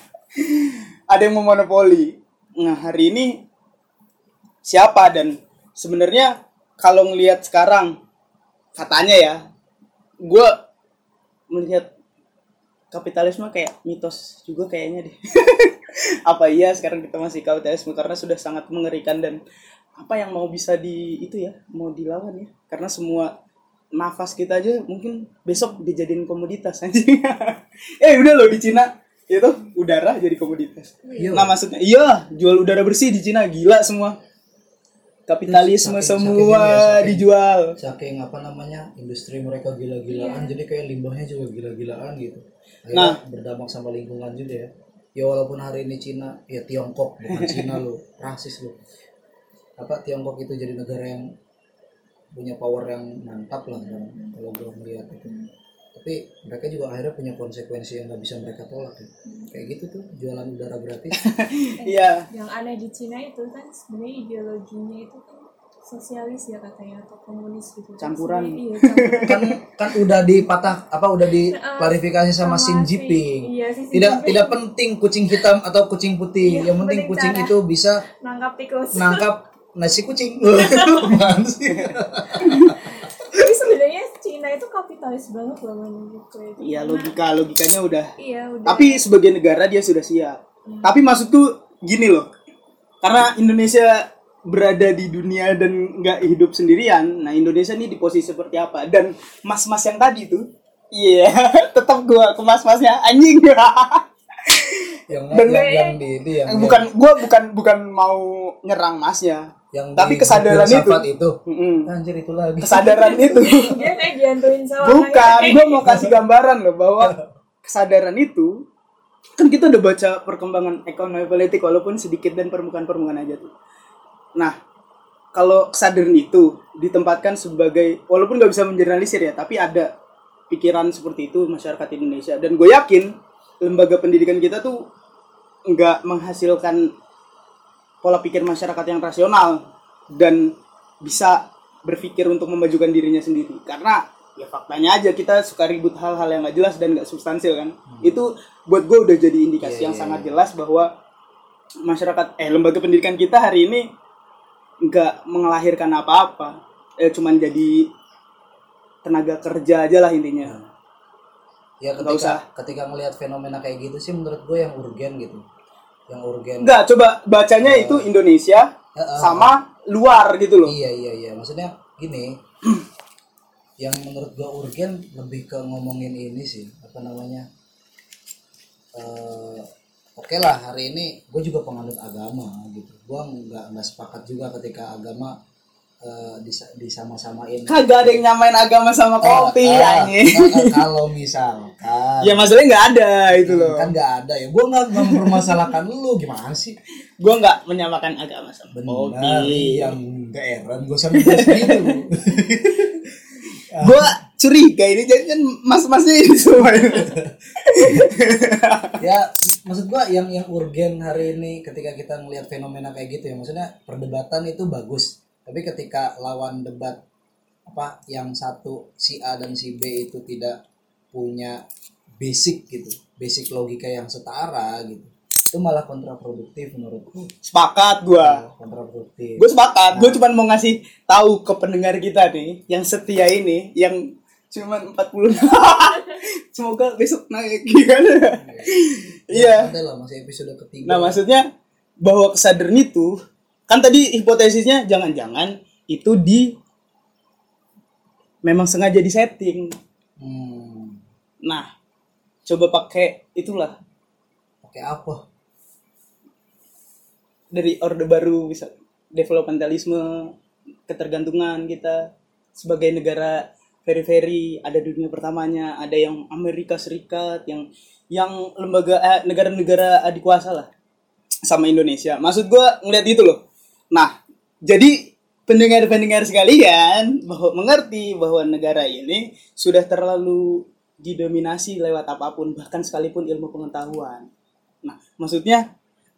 Ada yang memonopoli. Nah, hari ini siapa dan sebenarnya kalau ngelihat sekarang katanya ya, gue melihat kapitalisme kayak mitos juga kayaknya deh. Apa iya sekarang kita masih kapitalisme karena sudah sangat mengerikan dan apa yang mau bisa di itu ya mau dilawan ya karena semua nafas kita aja mungkin besok dijadiin komoditas anjing. Eh udah loh di Cina itu udara jadi komoditas. Iya. Nah maksudnya iya jual udara bersih di Cina gila semua. Kapitalisme Saking- semua saking ini ya, saking- dijual. Saking apa namanya industri mereka gila-gilaan, jadi kayak limbahnya juga gila-gilaan gitu. Akhirnya Nah. berdampak sama lingkungan juga ya. Ya walaupun hari ini Cina, ya Tiongkok bukan Cina lo, rasis lo. Apa Tiongkok itu jadi negara yang punya power yang mantap lah kan, kalau gue melihat itu. Tapi mereka juga akhirnya punya konsekuensi yang nggak bisa mereka tolak ya. Kayak gitu tuh jualan udara gratis. Iya. Yang aneh di Cina itu kan sebenarnya ideologinya itu kan sosialis ya katanya atau komunis gitu. Campuran. Iya, campuran. kan kan udah dipatah apa udah diklarifikasi sama, Sama Xi si- Jinping. iya, si Xi tidak Jinping. tidak penting kucing hitam atau kucing putih, Iya, yang penting penting kucing cara. itu bisa Nangkap tikus. nangkap nasi kucing. Apaan sih? Tapi sebenarnya Cina itu kapitalis banget loh menurut gue itu. Iya Karena- logika logikanya udah. Iya udah. Tapi sebagai negara dia sudah siap. Tapi maksudku gini loh. Karena Indonesia berada di dunia dan nggak hidup sendirian. Nah Indonesia nih di posisi seperti apa? Dan mas-mas yang tadi tuh, iya tetap gua ke mas-masnya anjing. yang Dan- yang yang di itu yang bukan gua bukan bukan mau nyerang masnya. yang tapi di kesadaran itu. filsafat itu. Mm-mm. Anjir itu lagi. Kesadaran itu. dia kayak diantuin sama Bukan, anaknya. gue mau kasih gambaran loh bahwa kesadaran itu kan kita udah baca perkembangan ekonomi politik walaupun sedikit dan permukaan-permukaan aja tuh. Nah, kalau kesadaran itu ditempatkan sebagai walaupun nggak bisa menjernalisir ya, tapi ada pikiran seperti itu masyarakat Indonesia dan gue yakin lembaga pendidikan kita tuh nggak menghasilkan pola pikir masyarakat yang rasional dan bisa berpikir untuk memajukan dirinya sendiri. Karena ya faktanya aja kita suka ribut hal-hal yang nggak jelas dan nggak substansial kan. Hmm. Itu buat gue udah jadi indikasi yeah, yang yeah, sangat yeah. jelas bahwa masyarakat eh lembaga pendidikan kita hari ini nggak mengelahirkan apa-apa, eh cuman jadi tenaga kerja aja lah intinya. Hmm. Ya ketika usah. ketika ngelihat fenomena kayak gitu sih menurut gue yang urgen gitu. Yang urgen. Enggak, coba bacanya uh, itu Indonesia uh, uh, sama luar gitu loh. Iya iya iya, maksudnya gini. Yang menurut gue urgen lebih ke ngomongin ini sih, apa namanya? Uh, Oke okay lah, hari ini gue juga penganut agama gitu. Gue nggak nggak sepakat juga ketika agama uh, dis- disama-samain. Kagak ada yang nyamain agama sama kopi uh, uh, uh, uh, kalau misalkan ya maksudnya nggak ada itu loh. Kan nggak ada ya. Gue nggak mempermasalahkan lu, gimana sih? Gue nggak menyamakan agama sama benar, kopi. Yang nggak heran gue sama gue gitu. Gue curiga ini jadi kan mas-masnya ini semua. Ya maksud gue yang yang urgen hari ini ketika kita ngelihat fenomena kayak gitu ya, maksudnya perdebatan itu bagus, tapi ketika lawan debat apa yang satu si A dan si B itu tidak punya basic gitu, basic logika yang setara gitu, itu malah kontraproduktif menurutku. Sepakat gue. Nah, kontraproduktif. Gue sepakat. Nah, gue cuma mau ngasih tahu ke pendengar kita nih yang setia ini, yang cuma empat puluh. Semoga besok naik kan. Iya. Santai lah, masih episode ketiga. Nah, maksudnya bahwa kesadaran itu kan tadi hipotesisnya jangan-jangan itu di memang sengaja disetting. Hmm. Nah, coba pakai itulah. Pakai apa? Dari Orde Baru bisa developmentalisme, ketergantungan kita sebagai negara very-very, ada dunia pertamanya, ada yang Amerika Serikat, yang yang lembaga eh, negara-negara adikuasa lah sama Indonesia. Maksud gue ngeliat itu loh. Nah, jadi pendengar-pendengar sekalian bahwa mengerti bahwa negara ini sudah terlalu didominasi lewat apapun, bahkan sekalipun ilmu pengetahuan. Nah, maksudnya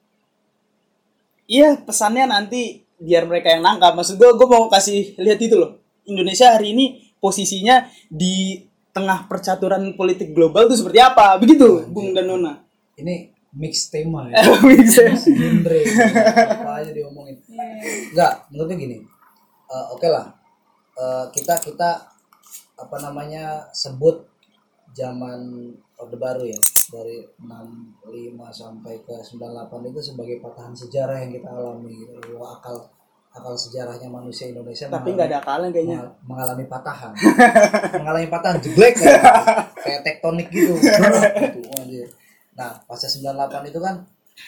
iya pesannya nanti biar mereka yang nangkap. Maksud gue, gue mau kasih lihat itu loh. Indonesia hari ini posisinya di tengah percaturan politik global itu seperti apa? Begitu, oh, Bung dan Nona. Ini mix tema ya. mix genre. Apa aja diomongin. Enggak, menurutnya gini. Uh, Oke okay lah. Uh, kita kita apa namanya sebut zaman Orde Baru ya, dari enam puluh lima sampai ke sembilan puluh delapan itu sebagai patahan sejarah yang kita alami gitu. Akal akal sejarahnya manusia Indonesia tapi nggak ada akalnya kayaknya mengalami patahan mengalami patahan jeblek kayak, kayak tektonik gitu, gitu. Nah pasca sembilan puluh delapan itu kan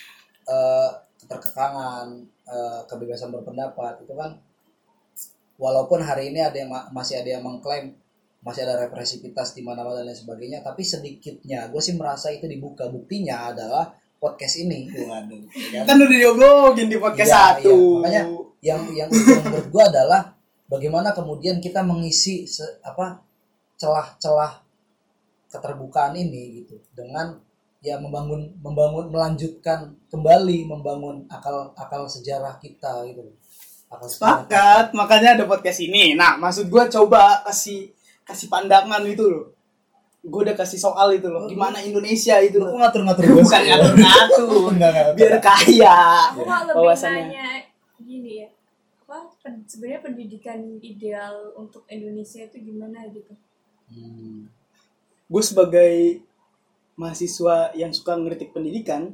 uh, keterkekangan, uh, kebebasan berpendapat itu kan walaupun hari ini ada yang masih ada yang mengklaim masih ada represivitas di mana-mana dan lain sebagainya, tapi sedikitnya gue sih merasa itu dibuka. Buktinya adalah podcast ini. Waduh, kan? kan udah diobrolin di podcast ya, satu. Iya. Makanya yang yang, yang menurut gue adalah bagaimana kemudian kita mengisi se, apa celah-celah keterbukaan ini gitu dengan ya membangun membangun melanjutkan kembali membangun akal akal sejarah kita gitu. Akal sepakat, kita. Makanya ada podcast ini. Nah, maksud gue coba kasih kasih pandangan itu loh. Gue udah kasih soal itu loh, gimana Indonesia itu loh. Ngatur-ngatur gue bukan ngatur-ngatur. Biar kaya. Aku mau lebih nanya gini ya. Apa sebenarnya pendidikan ideal untuk Indonesia itu gimana gitu? Hmm. Gue sebagai mahasiswa yang suka ngeritik pendidikan,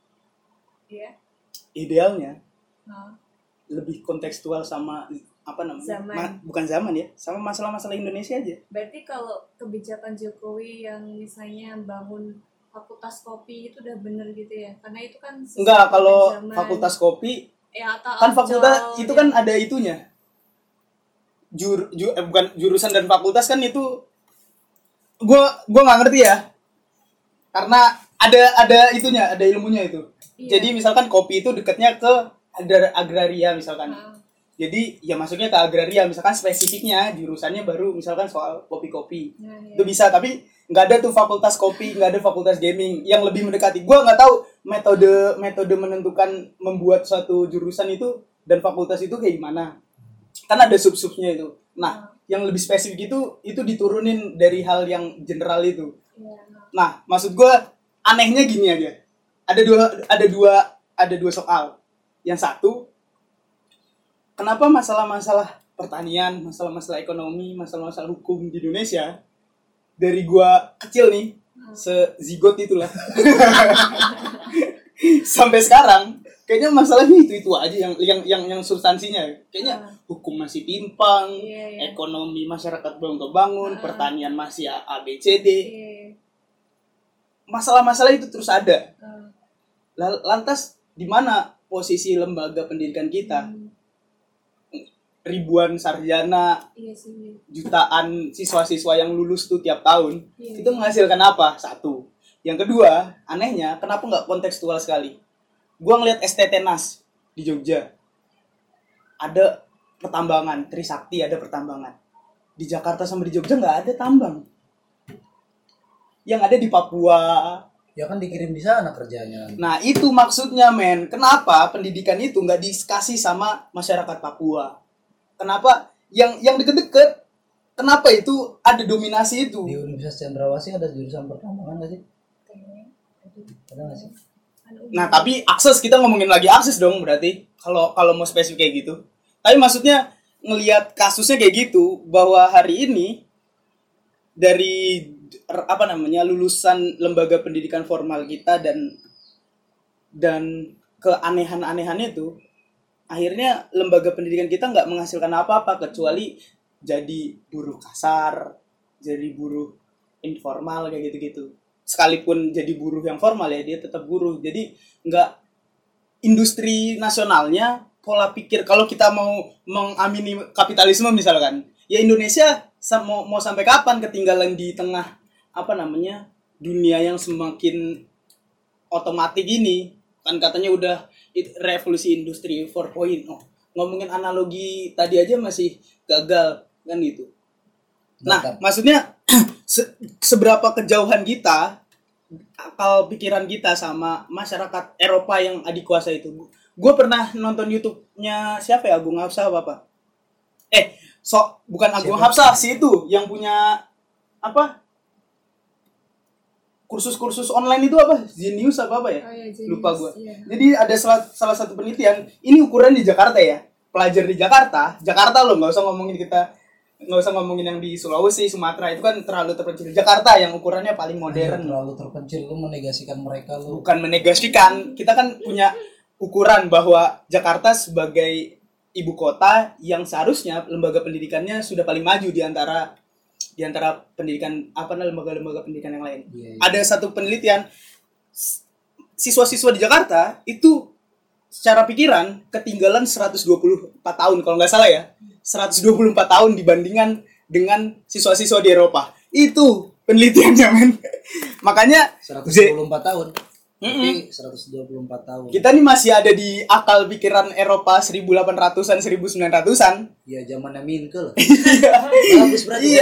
yeah. idealnya oh. lebih kontekstual sama apa namanya zaman. Ma- bukan zaman ya, sama masalah-masalah Indonesia aja. Berarti kalau kebijakan Jokowi yang misalnya bangun fakultas kopi itu udah bener gitu ya, karena itu kan enggak, kalau zaman. Fakultas kopi ya, atau kan fakultas itu ya. Kan ada itunya jur, jur eh, bukan jurusan dan fakultas kan itu gue gue nggak ngerti ya, karena ada ada itunya, ada ilmunya itu. Iya. Jadi misalkan kopi itu dekatnya ke agrar- agraria misalkan. Hmm. Jadi ya masuknya ke agraria, misalkan spesifiknya jurusannya baru misalkan soal kopi-kopi. Nah, iya. Itu bisa, tapi nggak ada tuh fakultas kopi, nggak ada fakultas gaming yang lebih mendekati. Gue nggak tahu metode metode menentukan membuat suatu jurusan itu dan fakultas itu kayak gimana. kan ada sub-subnya itu. Nah, yang lebih spesifik itu itu diturunin dari hal yang general itu. Nah, maksud gue anehnya gini aja. Ada dua ada dua ada dua soal. Yang satu, kenapa masalah-masalah pertanian, masalah-masalah ekonomi, masalah-masalah hukum di Indonesia dari gue kecil nih, se-zigot itulah. Sampai sekarang kayaknya masalahnya itu itu aja yang yang yang yang substansinya. Kayaknya uh. hukum masih timpang, yeah, yeah. ekonomi masyarakat belum kebangun, uh. pertanian masih A B C D. Yeah. Masalah-masalah itu terus ada. Uh. Lantas di mana posisi lembaga pendidikan kita? Hmm. Ribuan sarjana, yeah, sih. Jutaan siswa-siswa yang lulus tuh tiap tahun, yeah. itu menghasilkan apa? Satu. Yang kedua, anehnya, kenapa nggak kontekstual sekali? Gua ngeliat S T T N A S di Jogja. Ada pertambangan, Trisakti ada pertambangan. Di Jakarta sama di Jogja nggak ada tambang. Yang ada di Papua. Ya kan dikirim di sana kerjanya. Nah itu maksudnya men. Kenapa pendidikan itu nggak dikasih sama masyarakat Papua? Kenapa yang yang deket-deket? Kenapa itu ada dominasi itu? Di Universitas Cendrawasih ada jurusan pertambangan nggak sih? Ada nggak sih? Nah tapi akses, kita ngomongin lagi akses dong berarti kalau kalau mau spesifik kayak gitu. Tapi maksudnya ngelihat kasusnya kayak gitu, bahwa hari ini dari apa namanya lulusan lembaga pendidikan formal kita dan dan keanehan-anehannya itu, akhirnya lembaga pendidikan kita nggak menghasilkan apa-apa kecuali jadi buruh kasar, jadi buruh informal kayak gitu-gitu. Sekalipun jadi buruh yang formal ya, dia tetap buruh. Jadi nggak, industri nasionalnya, pola pikir, kalau kita mau mengamini kapitalisme misalkan, ya Indonesia mau, mau sampai kapan ketinggalan di tengah apa namanya dunia yang semakin otomatis ini. Kan katanya udah revolusi industri empat titik nol. Ngomongin analogi tadi aja masih gagal kan gitu. Nah, Mantap. Maksudnya se- seberapa kejauhan kita, akal pikiran kita sama masyarakat Eropa yang adikuasa itu. Gue pernah nonton YouTube-nya siapa ya, Agung Hapsah apa apa? Eh, so bukan Agung Hapsah sih, itu yang punya apa? Kursus-kursus online itu apa? Genius apa apa ya? Oh, iya, lupa gue. Iya. Jadi ada salah, salah satu penelitian, ini ukuran di Jakarta ya. Pelajar di Jakarta, Jakarta loh, nggak usah ngomongin kita, nggak usah ngomongin yang di Sulawesi, Sumatera, itu kan terlalu terpencil. Jakarta yang ukurannya paling modern. Ayo, terlalu terpencil, lu menegasikan mereka lu. Bukan menegasikan, kita kan punya ukuran bahwa Jakarta sebagai ibu kota yang seharusnya lembaga pendidikannya sudah paling maju di antara di antara pendidikan apa namanya lembaga-lembaga pendidikan yang lain. Yeah, yeah. Ada satu penelitian, siswa-siswa di Jakarta itu secara pikiran ketinggalan seratus dua puluh empat tahun kalau nggak salah ya. seratus dua puluh empat tahun dibandingkan dengan siswa-siswa di Eropa. Itu penelitiannya, men. Makanya seratus dua puluh empat tahun. Tapi seratus dua puluh empat tahun. Kita nih masih ada di akal pikiran Eropa seribu delapan ratusan, seribu sembilan ratusan. Iya, zamannya Minkel. Bagus berarti. Iya.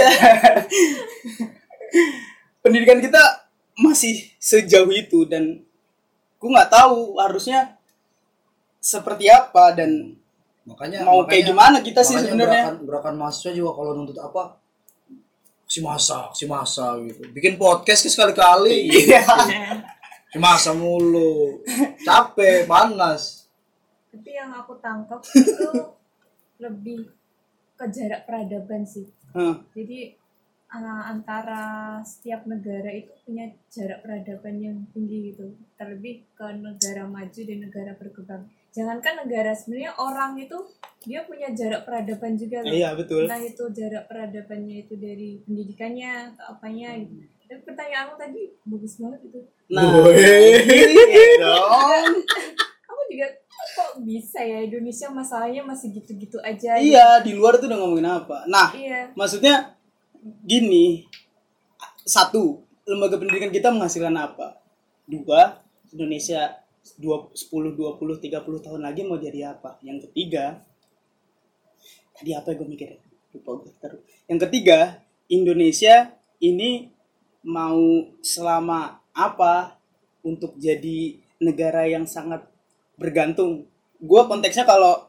Pendidikan kita masih sejauh itu dan gue nggak tahu harusnya seperti apa dan makanya mau makanya, kayak gimana kita sih sebenarnya. Gerakan, gerakan mahasiswa juga kalau nuntut apa? Si masa, si masa gitu. Bikin podcast sekali-kali. Iya. Si masa mulu. Capek, panas. Tapi yang aku tangkap itu lebih ke jarak peradaban sih. Hmm. Jadi uh, antara setiap negara itu punya jarak peradaban yang tinggi gitu. Terlebih ke negara maju dan negara berkembang. Jangankan negara, sebenarnya orang itu dia punya jarak peradaban juga loh. Iya, betul. Nah itu jarak peradabannya itu dari pendidikannya atau apanya gitu. Tapi pertanyaanmu tadi bagus banget itu. Nah, iya dong. Kamu juga kok bisa ya Indonesia masalahnya masih gitu-gitu aja. Iya, gitu. Di luar tuh udah ngomongin apa. Nah, iya. Maksudnya gini. Satu, lembaga pendidikan kita menghasilkan apa? Dua, Indonesia dua, sepuluh, dua puluh, tiga puluh tahun lagi mau jadi apa? Yang ketiga, tadi apa yang gue mikir? Lupa gue terus. Yang ketiga, Indonesia ini mau selama apa untuk jadi negara yang sangat bergantung. Gue konteksnya kalau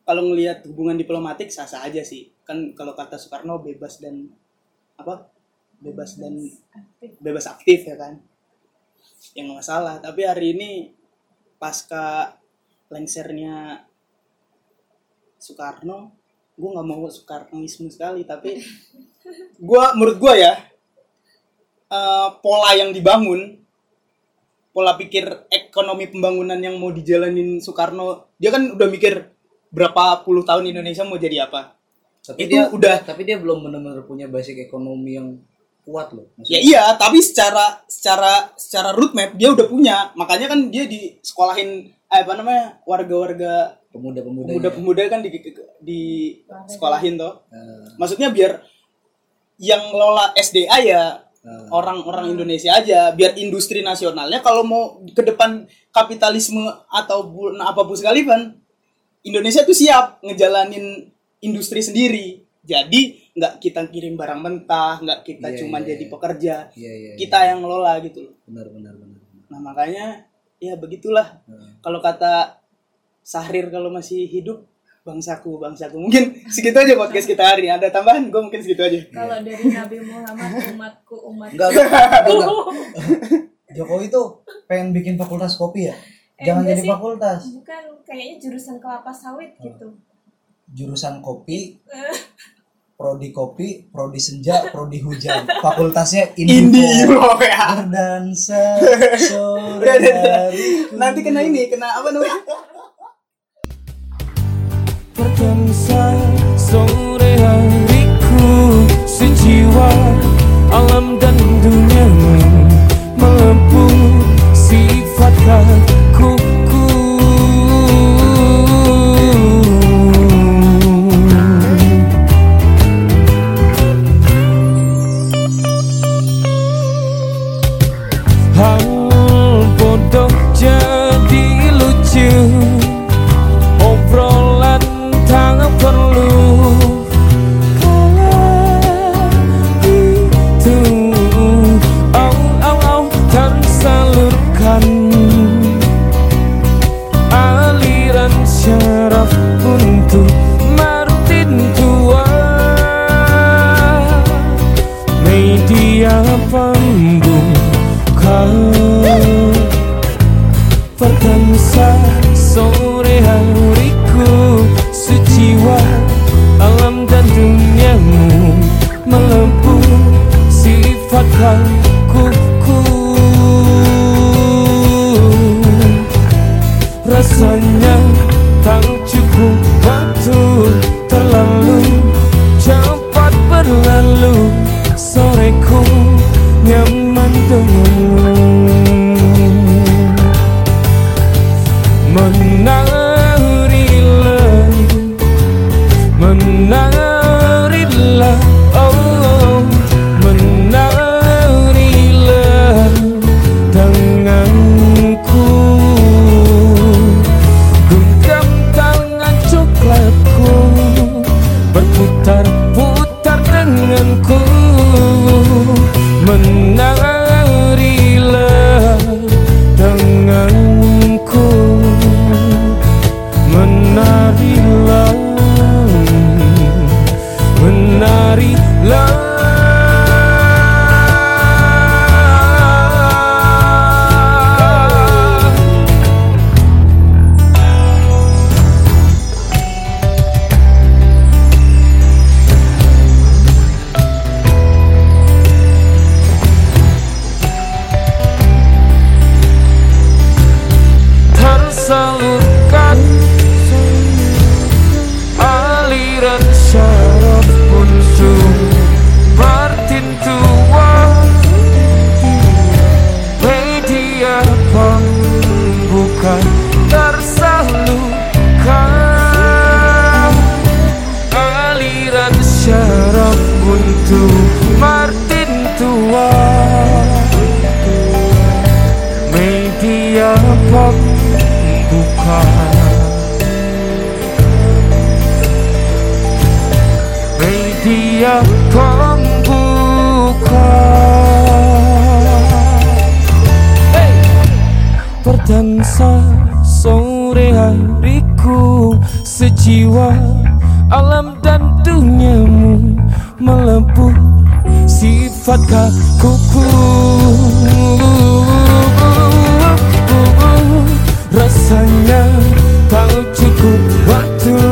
kalau ngelihat hubungan diplomatik sah-sah aja sih. Kan kalau kata Soekarno bebas dan apa? Bebas dan aktif. bebas aktif ya kan. Yang nggak masalah. Tapi hari ini pasca lengsernya Soekarno, gue nggak mau Soekarnoisme sekali, tapi gue menurut gue ya uh, pola yang dibangun, pola pikir ekonomi pembangunan yang mau dijalanin Soekarno, dia kan udah mikir berapa puluh tahun Indonesia mau jadi apa. Tapi Itu dia udah, tapi dia belum benar-benar punya basic ekonomi yang kuat loh. ya iya, tapi secara secara secara roadmap dia udah punya. Makanya kan dia di sekolahin eh, apa namanya warga-warga pemuda-pemuda pemuda-pemuda kan di di sekolahin toh. Uh, Maksudnya biar yang ngelola S D A ya uh, orang-orang Indonesia aja, biar industri nasionalnya kalau mau ke depan kapitalisme atau bu- apapun sekalipun, Indonesia tuh siap ngejalanin industri sendiri. Jadi nggak kita kirim barang mentah, nggak kita Iya, cuma iya, jadi iya. pekerja, iya, iya, kita iya. yang ngelola gitu loh. benar benar benar. Nah makanya ya begitulah. Uh, Kalau kata Sahrir kalau masih hidup, bangsaku, bangsaku. Mungkin segitu aja podcast kita hari ini. Ada tambahan? Gue mungkin segitu aja. Kalau dari Nabi Muhammad, umatku umatku. enggak, enggak, enggak, enggak. Jokowi tuh pengen bikin fakultas kopi ya? Eh, Jangan enggak jadi sih. fakultas. Bukan, kayaknya jurusan kelapa sawit gitu. Jurusan kopi, prodi kopi, prodi senja, prodi hujan. Fakultasnya Indie Indigo. bro ya. Berdansa sore Udah, udah, udah. hariku. Nanti kena ini, kena apa namanya? Berdansa sore hariku, sejiwa alam dan duniamu, melebur sifat kakuku. Hal bodoh jadi lucu, obrolan tak perlu kala itu. Oh oh oh tersalurkan aliran syaraf untuk Martin tua, media pembuka. Berdansa sore hariku, sejiwa alam dan duniamu, melebur sifat kakuku. Rasanya tak cukup waktu, terlalu cepat berlalu. Soreku nyaman denganmu, menarilah, menarilah, oh, menarilah denganku. Genggam tangan coklatku, berputar-putar denganku. Menarilah denganku, menarilah, menarilah. Tersalurkan aliran syaraf untuk Martin tua, media pembuka. Tersalurkan aliran syaraf untuk Martin tua, media pembuka. Media pembuka. Hey! Berdansa sore hariku, sejiwa, alam dan duniamu melebur sifat kakuku. Rasanya tak cukup waktu